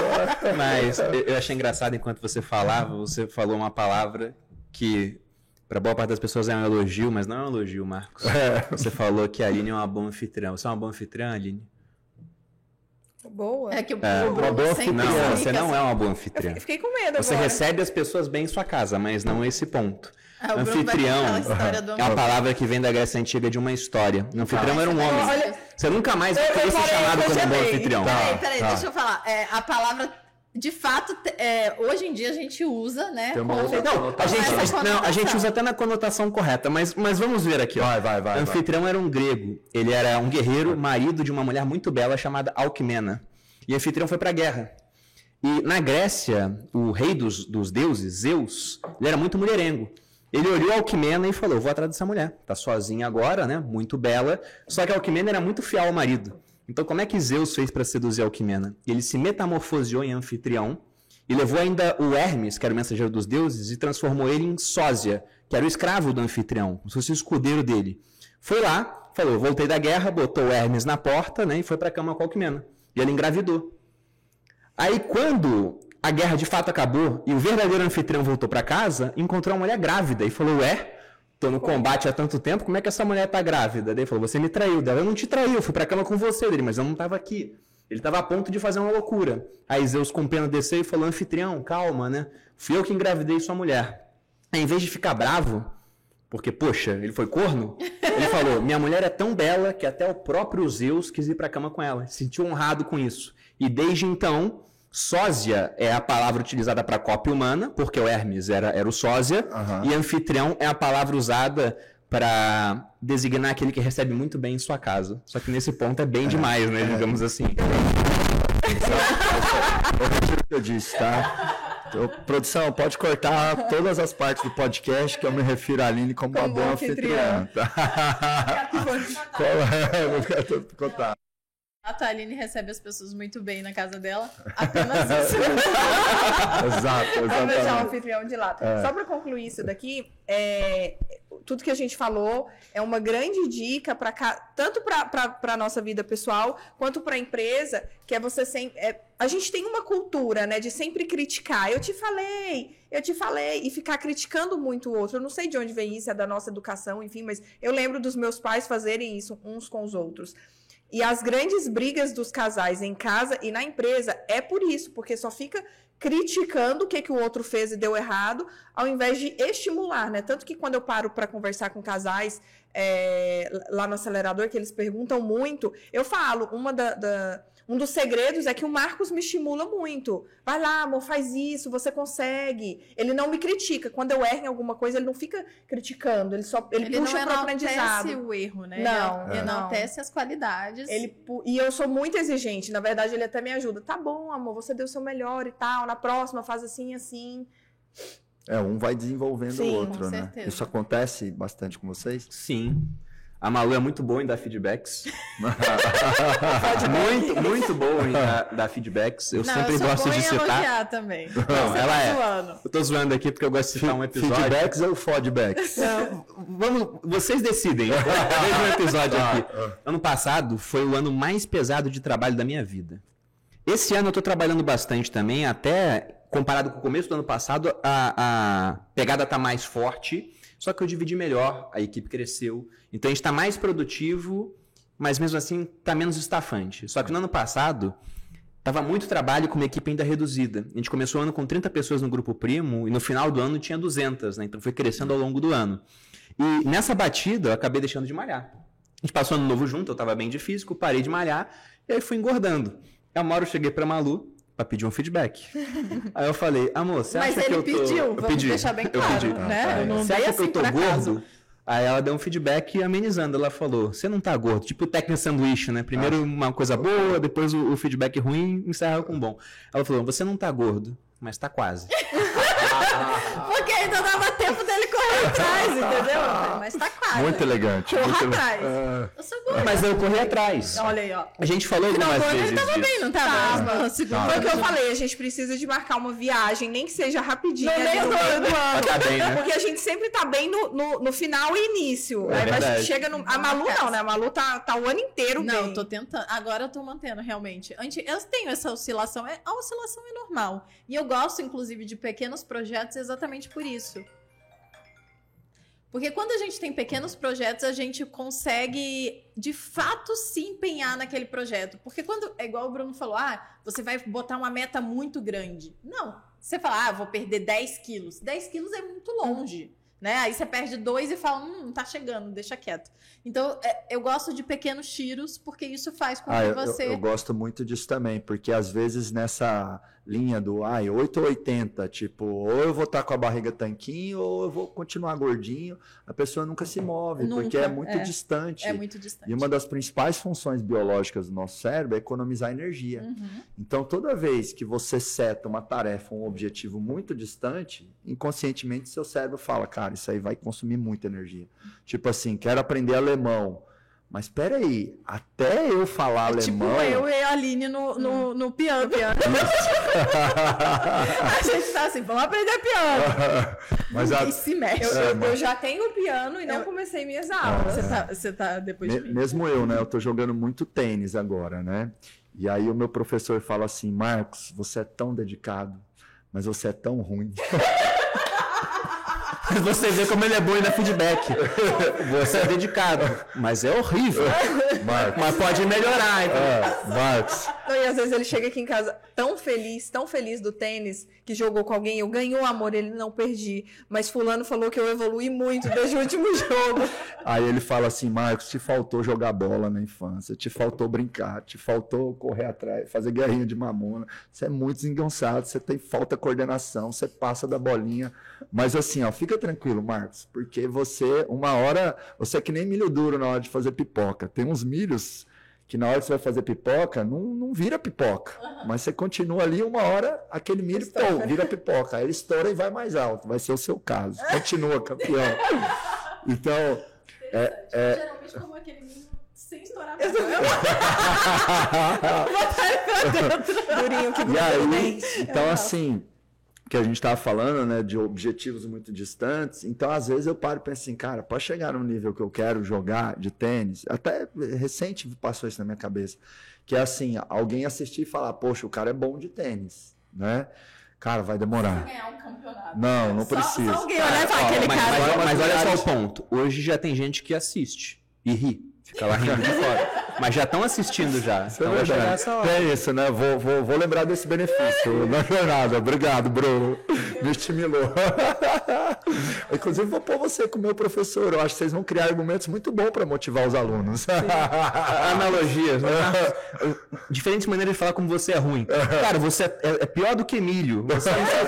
Mas eu achei engraçado, enquanto você falava, você falou uma palavra que Pra boa parte das pessoas é um elogio, mas não é um elogio, Marcos. Você falou que a Aline é uma boa anfitriã. Você é uma boa anfitriã, Aline? Boa. É que o uma boa sempre Não, fica você não assim. é uma boa anfitriã. Eu fiquei com medo Você agora. recebe as pessoas bem em sua casa, mas não esse ponto. Ah, o Bruno vai Anfitrião contar a história do é a palavra que vem da Grécia Antiga de uma história. O anfitrião era um homem. Olha, Você nunca mais vai querer ser chamado como um bom anfitrião. Peraí, deixa eu falar. A palavra, de fato, hoje em dia a gente usa, né? Tem uma como- outra Não, a gente usa até na conotação correta, mas vamos ver aqui. Ó. Vai. Anfitrião era um grego. Ele era um guerreiro, marido de uma mulher muito bela chamada Alcmena. E Anfitrião foi pra guerra. E na Grécia, o rei dos deuses, Zeus, ele era muito mulherengo. Ele olhou a Alcmena e falou, vou atrás dessa mulher. Tá sozinha agora, né? Muito bela. Só que a Alcmena era muito fiel ao marido. Então como é que Zeus fez para seduzir a Alcmena? Ele se metamorfoseou em Anfitrião e levou ainda o Hermes, que era o mensageiro dos deuses, e transformou ele em sósia, que era o escravo do Anfitrião, como se fosse o escudeiro dele. Foi lá, falou, voltei da guerra, botou o Hermes na porta, né? E foi pra cama com a Alcmena. E ela engravidou. Aí quando a guerra de fato acabou e o verdadeiro Anfitrião voltou para casa, encontrou uma mulher grávida e falou, tô no combate há tanto tempo, como é que essa mulher tá grávida? Daí ele falou, você me traiu. Dela, eu não te traí, eu fui pra cama com você dele, mas eu não tava aqui. Ele tava a ponto de fazer uma loucura. Aí Zeus com pena desceu e falou, Anfitrião, calma, né? Fui eu que engravidei sua mulher. Aí, em vez de ficar bravo, porque, poxa, ele foi corno, ele falou, minha mulher é tão bela que até o próprio Zeus quis ir pra cama com ela. Se sentiu honrado com isso. E desde então... Sósia é a palavra utilizada para cópia humana, porque o Hermes era o sósia, e anfitrião é a palavra usada para designar aquele que recebe muito bem em sua casa. Só que nesse ponto é bem demais, né? Digamos assim. Eu disse, tá? Então, produção, pode cortar todas as partes do podcast que eu me refiro a Aline como uma boa anfitriã. Tá? Qual é? Vou ficar todo contar. A Aline recebe as pessoas muito bem na casa dela. Apenas isso. Exato, Vamos deixar o exatamente. anfitrião de lado. Só para concluir isso daqui, tudo que a gente falou é uma grande dica tanto para a nossa vida pessoal quanto para a empresa, que é você sempre. A gente tem uma cultura, né, de sempre criticar. Eu te falei, e ficar criticando muito o outro. Eu não sei de onde vem isso, é da nossa educação, enfim, mas eu lembro dos meus pais fazerem isso uns com os outros. E as grandes brigas dos casais em casa e na empresa é por isso, porque só fica criticando o que o outro fez e deu errado, ao invés de estimular, né? Tanto que quando eu paro para conversar com casais lá no acelerador, que eles perguntam muito, eu falo, um dos segredos é que o Marcos me estimula muito. Vai lá, amor, faz isso, você consegue. Ele não me critica. Quando eu erro em alguma coisa, ele não fica criticando. Ele puxa para o aprendizado. Ele não enaltece o erro, né? Não. Ele enaltece as qualidades. E eu sou muito exigente. Na verdade, ele até me ajuda. Tá bom, amor, você deu o seu melhor e tal. Na próxima, faz assim, assim. Um vai desenvolvendo Sim, o outro, com né? certeza. Isso acontece bastante com vocês? Sim. A Malu é muito boa em dar feedbacks. muito boa em dar feedbacks. Eu sempre gosto de citar. Elogiar também. Não, ela tá é. zoando. Eu tô zoando aqui porque eu gosto de citar um episódio. Feedbacks ou fodbacks? Vocês decidem. Veja um episódio aqui. Ano passado foi o ano mais pesado de trabalho da minha vida. Esse ano eu tô trabalhando bastante também, até comparado com o começo do ano passado, a pegada tá mais forte, só que eu dividi melhor, a equipe cresceu. Então a gente tá mais produtivo, mas mesmo assim tá menos estafante. Só que no ano passado tava muito trabalho com uma equipe ainda reduzida. A gente começou o ano com 30 pessoas no grupo primo e no final do ano tinha 200, né? Então foi crescendo ao longo do ano. E nessa batida eu acabei deixando de malhar. A gente passou ano novo junto, eu tava bem de físico, parei de malhar e aí fui engordando. Aí uma hora eu cheguei pra Malu pra pedir um feedback. Aí eu falei, amor, você acha que eu tô... Mas ele pediu, vamos pedi, deixar bem claro, pedi. né? Eu não Você dei acha que eu assim tô por acaso. gordo? Aí ela deu um feedback amenizando. Ela falou, você não tá gordo. Tipo o técnico sanduíche, né? Primeiro uma coisa boa, depois o feedback ruim, encerra com bom. Ela falou, você não tá gordo, mas tá quase. Porque ainda dava tempo dele correr atrás, entendeu? Mas tá quase. Muito elegante. Corra muito atrás. Eu sou gorda. Mas eu corri atrás. Olha aí, ó. A gente falou algumas Quando vezes ele tava disso. bem, não tava? No segundo Foi o que eu ano. falei, a gente precisa de marcar uma viagem, nem que seja rapidinho. No ali meio do ano. Mas tá bem, né? Porque a gente sempre tá bem no final e início. É Aí a verdade. gente chega no. A Malu não, né? A Malu tá o ano inteiro Não, bem. eu tô tentando. Agora eu tô mantendo, realmente. Eu tenho essa oscilação. A oscilação é normal. E eu gosto, inclusive, de pequenos projetos exatamente por isso. Porque quando a gente tem pequenos projetos, a gente consegue, de fato, se empenhar naquele projeto. Porque quando, é igual o Bruno falou, você vai botar uma meta muito grande. Não, você fala, vou perder 10 quilos. 10 quilos é muito longe, né? Aí você perde 2 e fala, não tá chegando, deixa quieto. Então, eu gosto de pequenos tiros, porque isso faz com que você... Eu gosto muito disso também, porque às vezes nessa linha do 8 ou 80, tipo, ou eu vou estar com a barriga tanquinho, ou eu vou continuar gordinho, a pessoa nunca se move, porque é muito distante. É muito distante. E uma das principais funções biológicas do nosso cérebro é economizar energia. Então, toda vez que você seta uma tarefa, um objetivo muito distante, inconscientemente seu cérebro fala, cara, isso aí vai consumir muita energia. Tipo assim, quero aprender alemão. Mas espera aí, até eu falar alemão... Tipo eu e a Aline no piano. A gente tá assim, vamos aprender piano. Mas ninguém se mexe. Eu já tenho piano e não comecei minhas aulas. Você tá depois de mim. Mesmo eu, né? Eu tô jogando muito tênis agora, né? E aí o meu professor fala assim, Marcos, você é tão dedicado, mas você é tão ruim. Você vê como ele é bom e dá feedback. Você é dedicado, mas é horrível. Mas pode melhorar. Então. Marcos. E às vezes ele chega aqui em casa tão feliz do tênis, que jogou com alguém, eu ganhei o amor, ele não perdi. Mas fulano falou que eu evolui muito desde o último jogo. Aí ele fala assim, Marcos, te faltou jogar bola na infância, te faltou brincar, te faltou correr atrás, fazer guerrinha de mamona. Você é muito desengonçado, você tem falta de coordenação, você passa da bolinha. Mas assim, fica tranquilo, Marcos, porque você, uma hora, você é que nem milho duro na hora de fazer pipoca. Tem uns milhos que na hora que você vai fazer pipoca, não vira pipoca. Mas você continua ali, uma hora, aquele milho vira pipoca. Aí ele estoura e vai mais alto. Vai ser o seu caso. Continua, campeão. Então... Geralmente como aquele milho sem estourar mais. Durinho, que e aí, então assim... que a gente estava falando, né, de objetivos muito distantes, então às vezes eu paro e penso assim, cara, para chegar no nível que eu quero jogar de tênis, até recente passou isso na minha cabeça, que é assim, alguém assistir e falar, poxa, o cara é bom de tênis, né? Cara, vai demorar. Ganhar um campeonato. Não precisa. Só alguém olhar e falar, aquele cara... Mas olha só o ponto, hoje já tem gente que assiste e ri. Fica lá rindo de fora. Mas já estão assistindo já. Isso então é verdade. É isso, né? Vou lembrar desse benefício na jornada. Obrigado, Bruno. Me estimulou. Inclusive, vou pôr você com o meu professor. Eu acho que vocês vão criar argumentos muito bons para motivar os alunos. Analogias, né? Diferentes maneiras de falar como você é ruim. Cara, você é pior do que milho. Você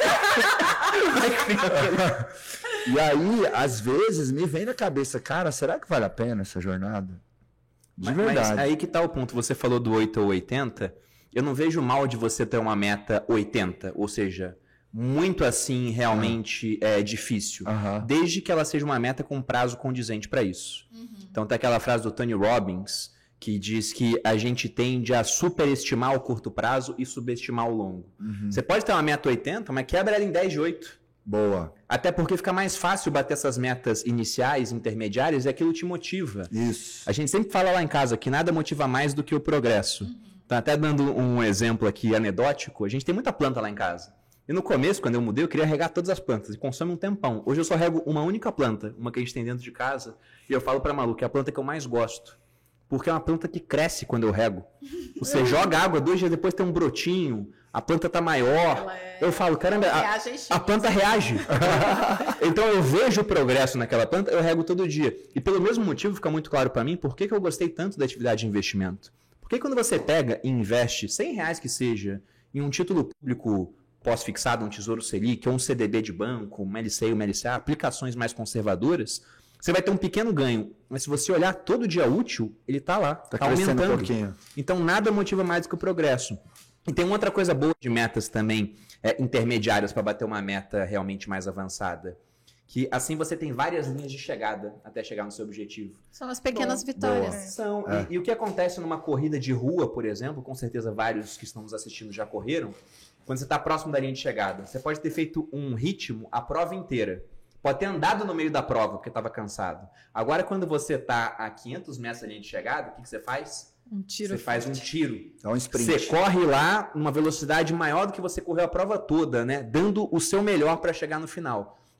E aí, às vezes, me vem na cabeça, cara, será que vale a pena essa jornada? De verdade. Mas aí que tá o ponto. Você falou do 8 ou 80. Eu não vejo mal de você ter uma meta 80. Ou seja, muito assim realmente é difícil. Desde que ela seja uma meta com prazo condizente para isso. Então tem aquela frase do Tony Robbins que diz que a gente tende a superestimar o curto prazo e subestimar o longo. Você pode ter uma meta 80, mas quebra ela em 10 de 8. Boa. Até porque fica mais fácil bater essas metas iniciais, intermediárias, e aquilo te motiva. Isso. A gente sempre fala lá em casa que nada motiva mais do que o progresso. Então, até dando um exemplo aqui anedótico, a gente tem muita planta lá em casa. E no começo, quando eu mudei, eu queria regar todas as plantas, e consome um tempão. Hoje eu só rego uma única planta, uma que a gente tem dentro de casa, e eu falo pra Malu que é a planta que eu mais gosto. Porque é uma planta que cresce quando eu rego. Você joga água, 2 dias depois tem um brotinho, a planta tá maior. Eu falo, caramba, a planta reage. Então eu vejo o progresso naquela planta, eu rego todo dia. E pelo mesmo motivo fica muito claro para mim por que eu gostei tanto da atividade de investimento. Porque quando você pega e investe R$100 que seja em um título público pós-fixado, um Tesouro Selic, ou um CDB de banco, um LCI, um LCA, aplicações mais conservadoras, você vai ter um pequeno ganho. Mas se você olhar todo dia útil, ele tá lá, tá aumentando. Um pouquinho. Então nada motiva mais do que o progresso. E tem uma outra coisa boa de metas também, intermediárias, para bater uma meta realmente mais avançada. Que assim você tem várias linhas de chegada até chegar no seu objetivo. São as pequenas vitórias. São. E o que acontece numa corrida de rua, por exemplo, com certeza vários que estão nos assistindo já correram, quando você está próximo da linha de chegada, você pode ter feito um ritmo a prova inteira. Pode ter andado no meio da prova porque estava cansado. Agora, quando você está a 500 metros da linha de chegada, o que você faz? Um tiro. Você faz um tiro. É um sprint. Você corre lá numa velocidade maior do que você correu a prova toda, né? Dando o seu melhor para chegar no final.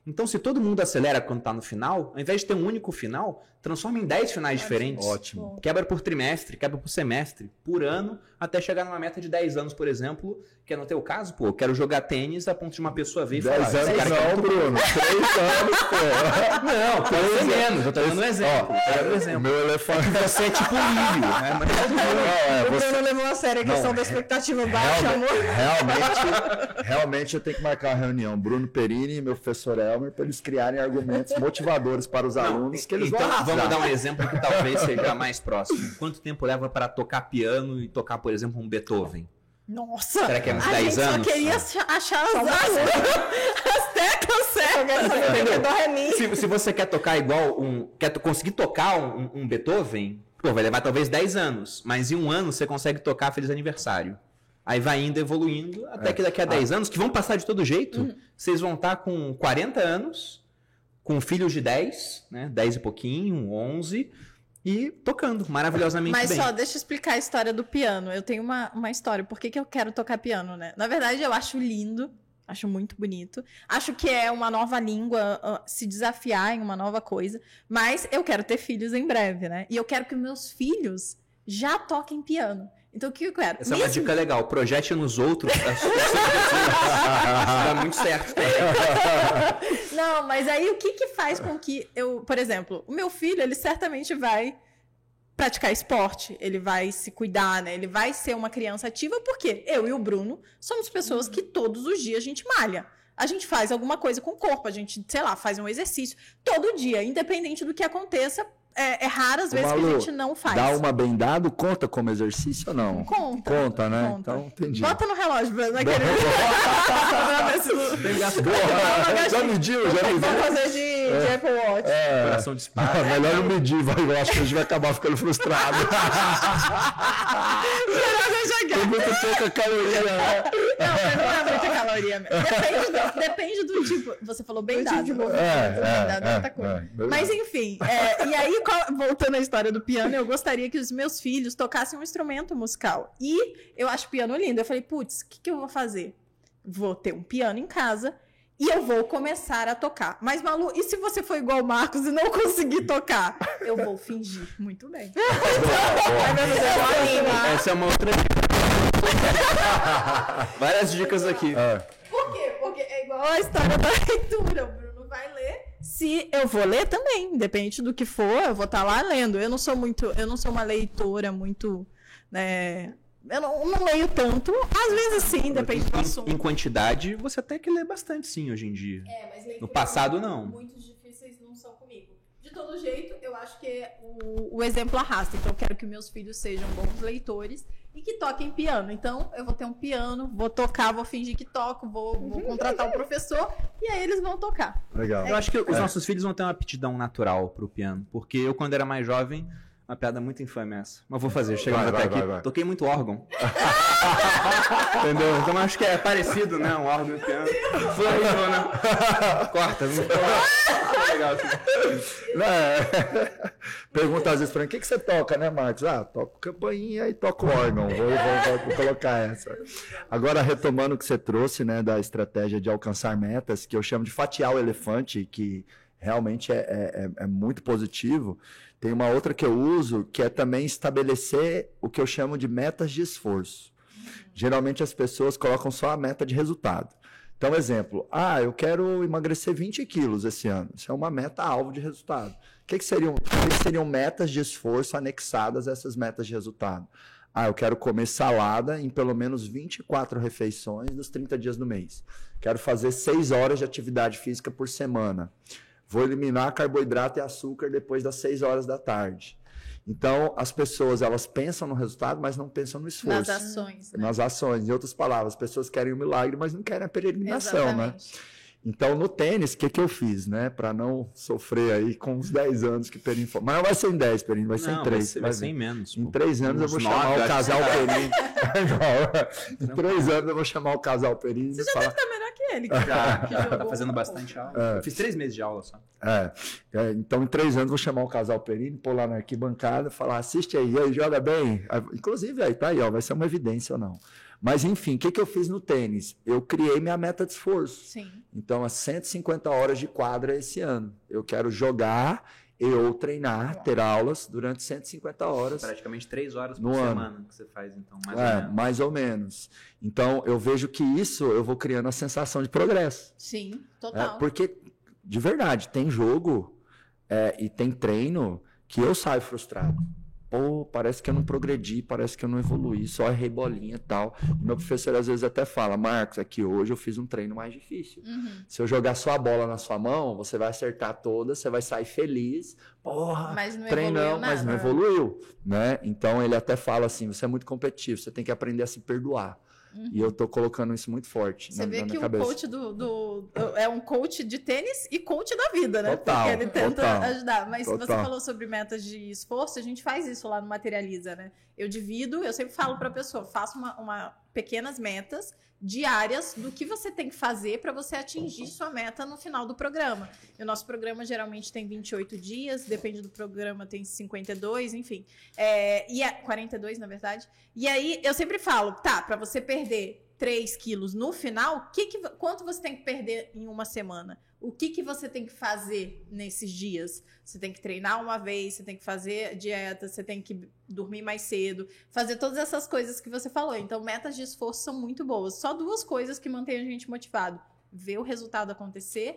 Então, se todo mundo acelera quando está no final, ao invés de ter um único final, transforma em 10 finais diferentes. Ótimo. Quebra por trimestre, quebra por semestre, por ano, até chegar numa meta de 10 anos, por exemplo, que é no teu caso, pô, eu quero jogar tênis a ponto de uma pessoa vir e falar... 10 anos não, Bruno. 3 anos, pô. Não, pode ser menos. Eu tô dando um exemplo. O meu elefante... Você é tipo um livro, né? O Bruno levou a sério a questão da expectativa baixa, amor. Realmente eu tenho que marcar uma reunião. Bruno Perini e meu professor Elmer, para eles criarem argumentos motivadores para os alunos que eles vão arrasar. Vamos dar um exemplo que talvez seja mais próximo. Quanto tempo leva para tocar piano e tocar, por exemplo, um Beethoven? Nossa! Será que é uns 10 anos? A gente só queria achar as teclas certas. Se você quer tocar igual quer conseguir tocar um Beethoven, pô, vai levar talvez 10 anos. Mas em um ano você consegue tocar Feliz Aniversário. Aí vai indo, evoluindo, até que daqui a 10 anos, que vão passar de todo jeito, vocês vão estar com 40 anos, com filhos de 10, né? 10 e pouquinho, 11, e tocando maravilhosamente bem. Mas só, deixa eu explicar a história do piano. Eu tenho uma história. Por que eu quero tocar piano, né? Na verdade, eu acho lindo. Acho muito bonito. Acho que é uma nova língua, se desafiar em uma nova coisa. Mas eu quero ter filhos em breve, né? E eu quero que meus filhos já toquem piano. Então, o que eu quero? Essa é uma dica legal. Projete nos outros. Dá muito certo. Não, mas aí o que faz com que eu... Por exemplo, o meu filho, ele certamente vai praticar esporte, ele vai se cuidar, né? Ele vai ser uma criança ativa, porque eu e o Bruno somos pessoas que todos os dias a gente malha. A gente faz alguma coisa com o corpo, a gente, sei lá, faz um exercício todo dia, independente do que aconteça. É raro, às vezes, Malu, que a gente não faz. Dar uma bem dado conta como exercício ou não? Conta, né? Conta. Então, entendi. Bota no relógio, naquele... Já mediu. Vamos fazer de Apple Watch. Coração dispara. Melhor não medir, eu acho que a gente vai acabar ficando frustrado. Tem muito pouca caloria, né? Não é muita caloria mesmo. Depende do tipo. Você falou bem dado. Bem dado é outra coisa. Mas enfim, e aí, voltando à história do piano, eu gostaria que os meus filhos tocassem um instrumento musical. E eu acho piano lindo. Eu falei, putz, o que eu vou fazer? Vou ter um piano em casa e eu vou começar a tocar. Mas, Malu, e se você for igual o Marcos e não conseguir tocar? Eu vou fingir. Muito bem. Essa é uma outra dica. Várias dicas aqui. Por quê? Porque é igual a história da leitura. O Bruno vai ler. Se eu vou ler também, independente do que for, eu vou estar lá lendo. Eu não sou uma leitora muito, né? Eu não leio tanto, às vezes sim, depende do assunto. Em quantidade, você até que lê bastante sim hoje em dia. Mas no passado não. Muitos difíceis não são comigo. De todo jeito, eu acho que o exemplo arrasta. Então eu quero que meus filhos sejam bons leitores e que toquem piano. Então, eu vou ter um piano, vou tocar, vou fingir que toco, vou contratar o professor e aí eles vão tocar. Legal. Eu acho que os nossos filhos vão ter uma aptidão natural pro piano. Porque eu, quando era mais jovem, uma piada muito infame essa. Mas vou fazer, chegando até aqui. Vai. Toquei muito órgão. Entendeu? Então acho que é parecido, né? Um órgão e um piano. Foi aí, né? Corta. Legal. Pergunta às vezes pra mim, o que você toca, né, Marcos? Toco campainha e toco órgão. Vou colocar essa. Agora, retomando o que você trouxe, né, da estratégia de alcançar metas, que eu chamo de fatiar o elefante, que realmente é muito positivo. Tem uma outra que eu uso, que é também estabelecer o que eu chamo de metas de esforço. Geralmente as pessoas colocam só a meta de resultado. Então, exemplo, eu quero emagrecer 20 quilos esse ano. Isso é uma meta-alvo de resultado. O que seriam metas de esforço anexadas a essas metas de resultado? Eu quero comer salada em pelo menos 24 refeições nos 30 dias do mês. Quero fazer 6 horas de atividade física por semana. Vou eliminar carboidrato e açúcar depois das 6 horas da tarde. Então, as pessoas, elas pensam no resultado, mas não pensam no esforço. Nas ações. Né? Nas ações. Em outras palavras, as pessoas querem o milagre, mas não querem a peregrinação, Exatamente. Né? Então, no tênis, o que eu fiz, né? Para não sofrer aí com uns 10 anos que Perini falou. Mas não vai ser em 10, Perini, vai ser em 3. Vai ser em menos. Em 3 anos eu vou chamar o casal Perini. Em 3 anos eu vou chamar o casal Perini. Você já deve estar melhor que ele. Tá fazendo bastante aula. Eu fiz 3 meses de aula só. Então, em 3 anos eu vou chamar o casal Perini, pôr lá na arquibancada, falar, assiste aí, joga bem. Inclusive, aí tá aí, vai ser uma evidência ou não. Mas, enfim, o que eu fiz no tênis? Eu criei minha meta de esforço. Sim. Então, 150 horas de quadra esse ano. Eu quero jogar e ou treinar, ter aulas durante 150 horas. Praticamente 3 horas por no semana ano. que você faz, então, mais ou menos. Mais ou menos. Então, eu vejo que isso eu vou criando a sensação de progresso. Sim, total. Porque, de verdade, tem jogo e tem treino que eu saio frustrado. Pô, parece que eu não progredi, parece que eu não evoluí, só errei bolinha e tal. Meu professor às vezes até fala, Marcos, é que hoje eu fiz um treino mais difícil. Se eu jogar só a bola na sua mão, você vai acertar toda, você vai sair feliz. Porra, mas não treinão, evoluiu nada. mas não evoluiu, né? Então ele até fala assim, você é muito competitivo, você tem que aprender a se perdoar. E eu tô colocando isso muito forte Você vê na que minha o cabeça. coach é um coach de tênis e coach da vida, né? Total, porque ele tenta total, ajudar. Mas total. você falou sobre metas de esforço, a gente faz isso lá no Materializa, né? Eu divido, eu sempre falo pra pessoa, faça pequenas metas diárias do que você tem que fazer para você atingir sua meta no final do programa. E o nosso programa geralmente tem 28 dias, depende do programa, tem 52, enfim. 42, na verdade. E aí, eu sempre falo, tá, para você perder 3 quilos no final, quanto você tem que perder em uma semana? O que você tem que fazer nesses dias? Você tem que treinar uma vez, você tem que fazer dieta, você tem que dormir mais cedo, fazer todas essas coisas que você falou. Então, metas de esforço são muito boas. Só 2 coisas que mantêm a gente motivado. Ver o resultado acontecer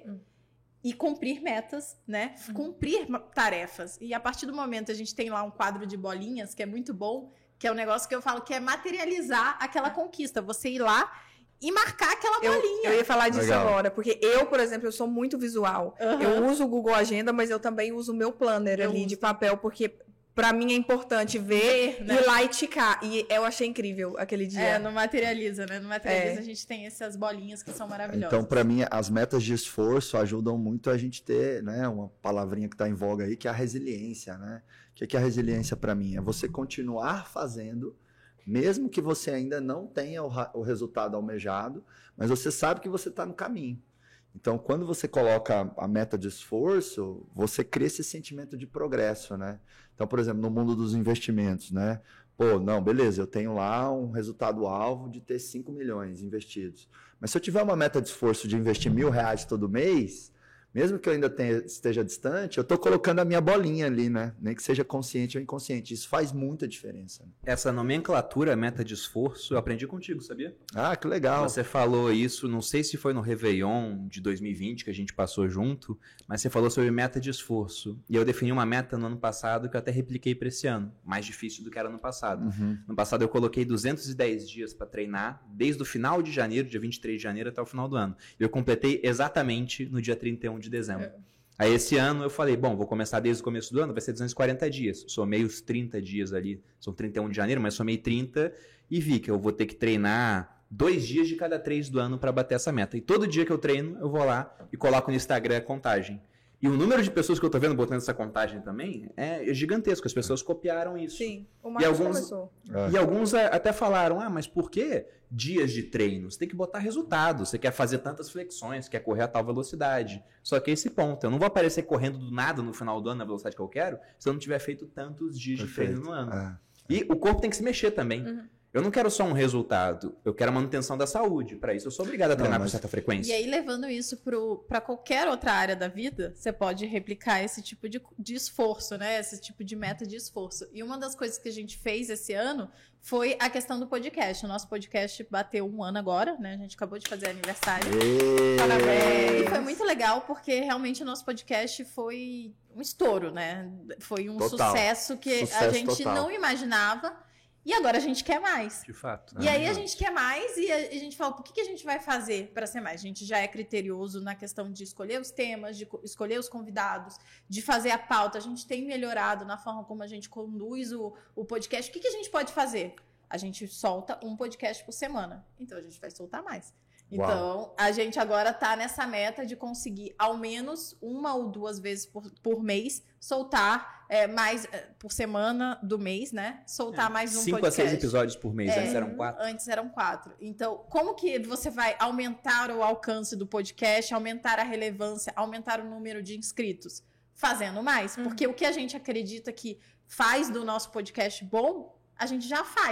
e cumprir metas, né? Cumprir tarefas. E a partir do momento a gente tem lá um quadro de bolinhas, que é muito bom, que é um negócio que eu falo que é materializar aquela conquista. Você ir lá e marcar aquela bolinha. Eu ia falar disso Legal. agora, porque eu, por exemplo, eu sou muito visual. Eu uso o Google Agenda, mas eu também uso o meu planner ali de papel, porque pra mim é importante ver, né? ir lá e ticar. E eu achei incrível aquele dia. No Materializa, né? No Materializa a gente tem essas bolinhas que são maravilhosas. Então, para mim, as metas de esforço ajudam muito a gente ter, né, uma palavrinha que está em voga aí, que é a resiliência, né? O que é a resiliência para mim? É você continuar fazendo, mesmo que você ainda não tenha o resultado almejado, mas você sabe que você está no caminho. Então, quando você coloca a meta de esforço, você cria esse sentimento de progresso, né? Então, por exemplo, no mundo dos investimentos, né? Pô, não, beleza, eu tenho lá um resultado-alvo de ter 5 milhões investidos. Mas se eu tiver uma meta de esforço de investir R$1.000 todo mês, mesmo que eu ainda esteja distante, eu estou colocando a minha bolinha ali, né? Nem que seja consciente ou inconsciente. Isso faz muita diferença. Né? Essa nomenclatura, meta de esforço, eu aprendi contigo, sabia? Ah, que legal. Você falou isso, não sei se foi no Réveillon de 2020 que a gente passou junto, mas você falou sobre meta de esforço. E eu defini uma meta no ano passado que eu até repliquei para esse ano. Mais difícil do que era no passado. No passado eu coloquei 210 dias para treinar, desde o final de janeiro, dia 23 de janeiro, até o final do ano. E eu completei exatamente no dia 31 de dezembro. Aí esse ano eu falei, bom, vou começar desde o começo do ano, vai ser 240 dias. Somei os 30 dias ali, são 31 de janeiro, mas somei 30 e vi que eu vou ter que treinar 2 dias de cada 3 do ano para bater essa meta. E todo dia que eu treino, eu vou lá e coloco no Instagram a contagem. E o número de pessoas que eu tô vendo botando essa contagem também é gigantesco. As pessoas copiaram isso. Sim, o Marcos começou. E alguns até falaram, mas por que dias de treino? Você tem que botar resultado. Você quer fazer tantas flexões, quer correr a tal velocidade. Só que esse ponto, eu não vou aparecer correndo do nada no final do ano na velocidade que eu quero, se eu não tiver feito tantos dias de treino no ano. E o corpo tem que se mexer também. Eu não quero só um resultado, eu quero a manutenção da saúde. Para isso, eu sou obrigado a treinar com certa frequência. E aí, levando isso para qualquer outra área da vida, você pode replicar esse tipo de esforço, né? Esse tipo de meta de esforço. E uma das coisas que a gente fez esse ano foi a questão do podcast. O nosso podcast bateu 1 ano agora, né? A gente acabou de fazer aniversário. Parabéns! E foi muito legal, porque realmente o nosso podcast foi um estouro, né? Foi um sucesso que a gente não imaginava. E agora a gente quer mais. De fato. E aí a gente quer mais e a gente fala, por que a gente vai fazer para ser mais? A gente já é criterioso na questão de escolher os temas, de escolher os convidados, de fazer a pauta. A gente tem melhorado na forma como a gente conduz o podcast. O que a gente pode fazer? A gente solta um podcast por semana. Então a gente vai soltar mais. Então, a gente agora tá nessa meta de conseguir ao menos 1 ou 2 vezes por mês soltar mais por semana do mês, né? Soltar mais um 5 podcast. a 6 episódios por mês, antes eram 4. Antes eram 4. Então, como que você vai aumentar o alcance do podcast, aumentar a relevância, aumentar o número de inscritos? Fazendo mais. Porque o que a gente acredita que faz do nosso podcast bom, a gente já faz.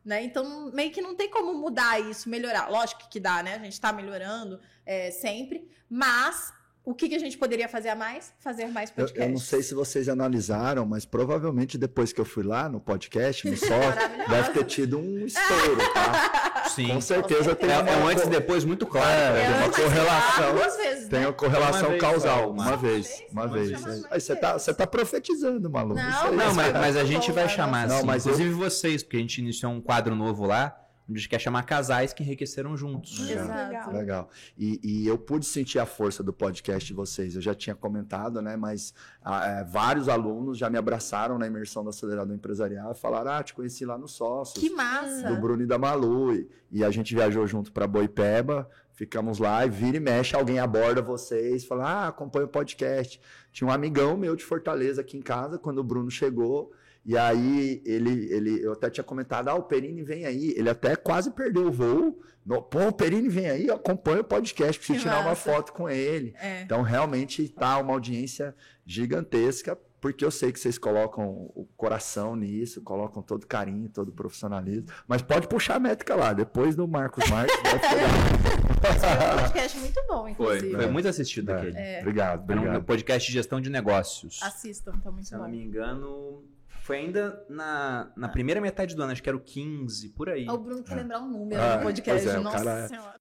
né? Então, meio que não tem como mudar isso, melhorar. Lógico que dá, né? A gente tá melhorando sempre, mas o que a gente poderia fazer a mais? Fazer mais podcasts. Eu não sei se vocês analisaram, mas provavelmente depois que eu fui lá no podcast, no sócio, deve ter tido um estouro, tá? Sim. Com certeza tem um antes e depois muito claro. Tem uma correlação. Duas vezes, Tem né? uma correlação Uma vez causal. só, Uma vez. Aí você tá profetizando, maluco. Não, Não, mas a gente vai chamar, Não, assim, mas inclusive vocês, porque a gente iniciou um quadro novo lá, onde a gente quer chamar casais que enriqueceram juntos. Exato. Legal. E eu pude sentir a força do podcast de vocês. Eu já tinha comentado, né? Mas vários alunos já me abraçaram na imersão do Acelerador Empresarial e falaram: te conheci lá no Sócios. Que massa! Do Bruno e da Malu. E a gente viajou junto para Boipeba, ficamos lá e vira e mexe, alguém aborda vocês, fala: acompanha o podcast. Tinha um amigão meu de Fortaleza aqui em casa, quando o Bruno chegou. E aí, eu até tinha comentado, o Perini vem aí. Ele até quase perdeu o voo. O Perini vem aí, acompanha o podcast, preciso tirar uma foto com ele. Então, realmente, tá uma audiência gigantesca, porque eu sei que vocês colocam o coração nisso, colocam todo carinho, todo profissionalismo. Mas pode puxar a métrica lá, depois do Marcos Marques, vai pegar. Foi um podcast muito bom, inclusive. Foi muito assistido aquele. Obrigado. Era um podcast de gestão de negócios. Assistam, tá muito Se eu bom. não me engano, foi ainda na primeira metade do ano, acho que era o 15, por aí. O Bruno quer lembrar um número no podcast. pois é, o Nossa cara Senhora.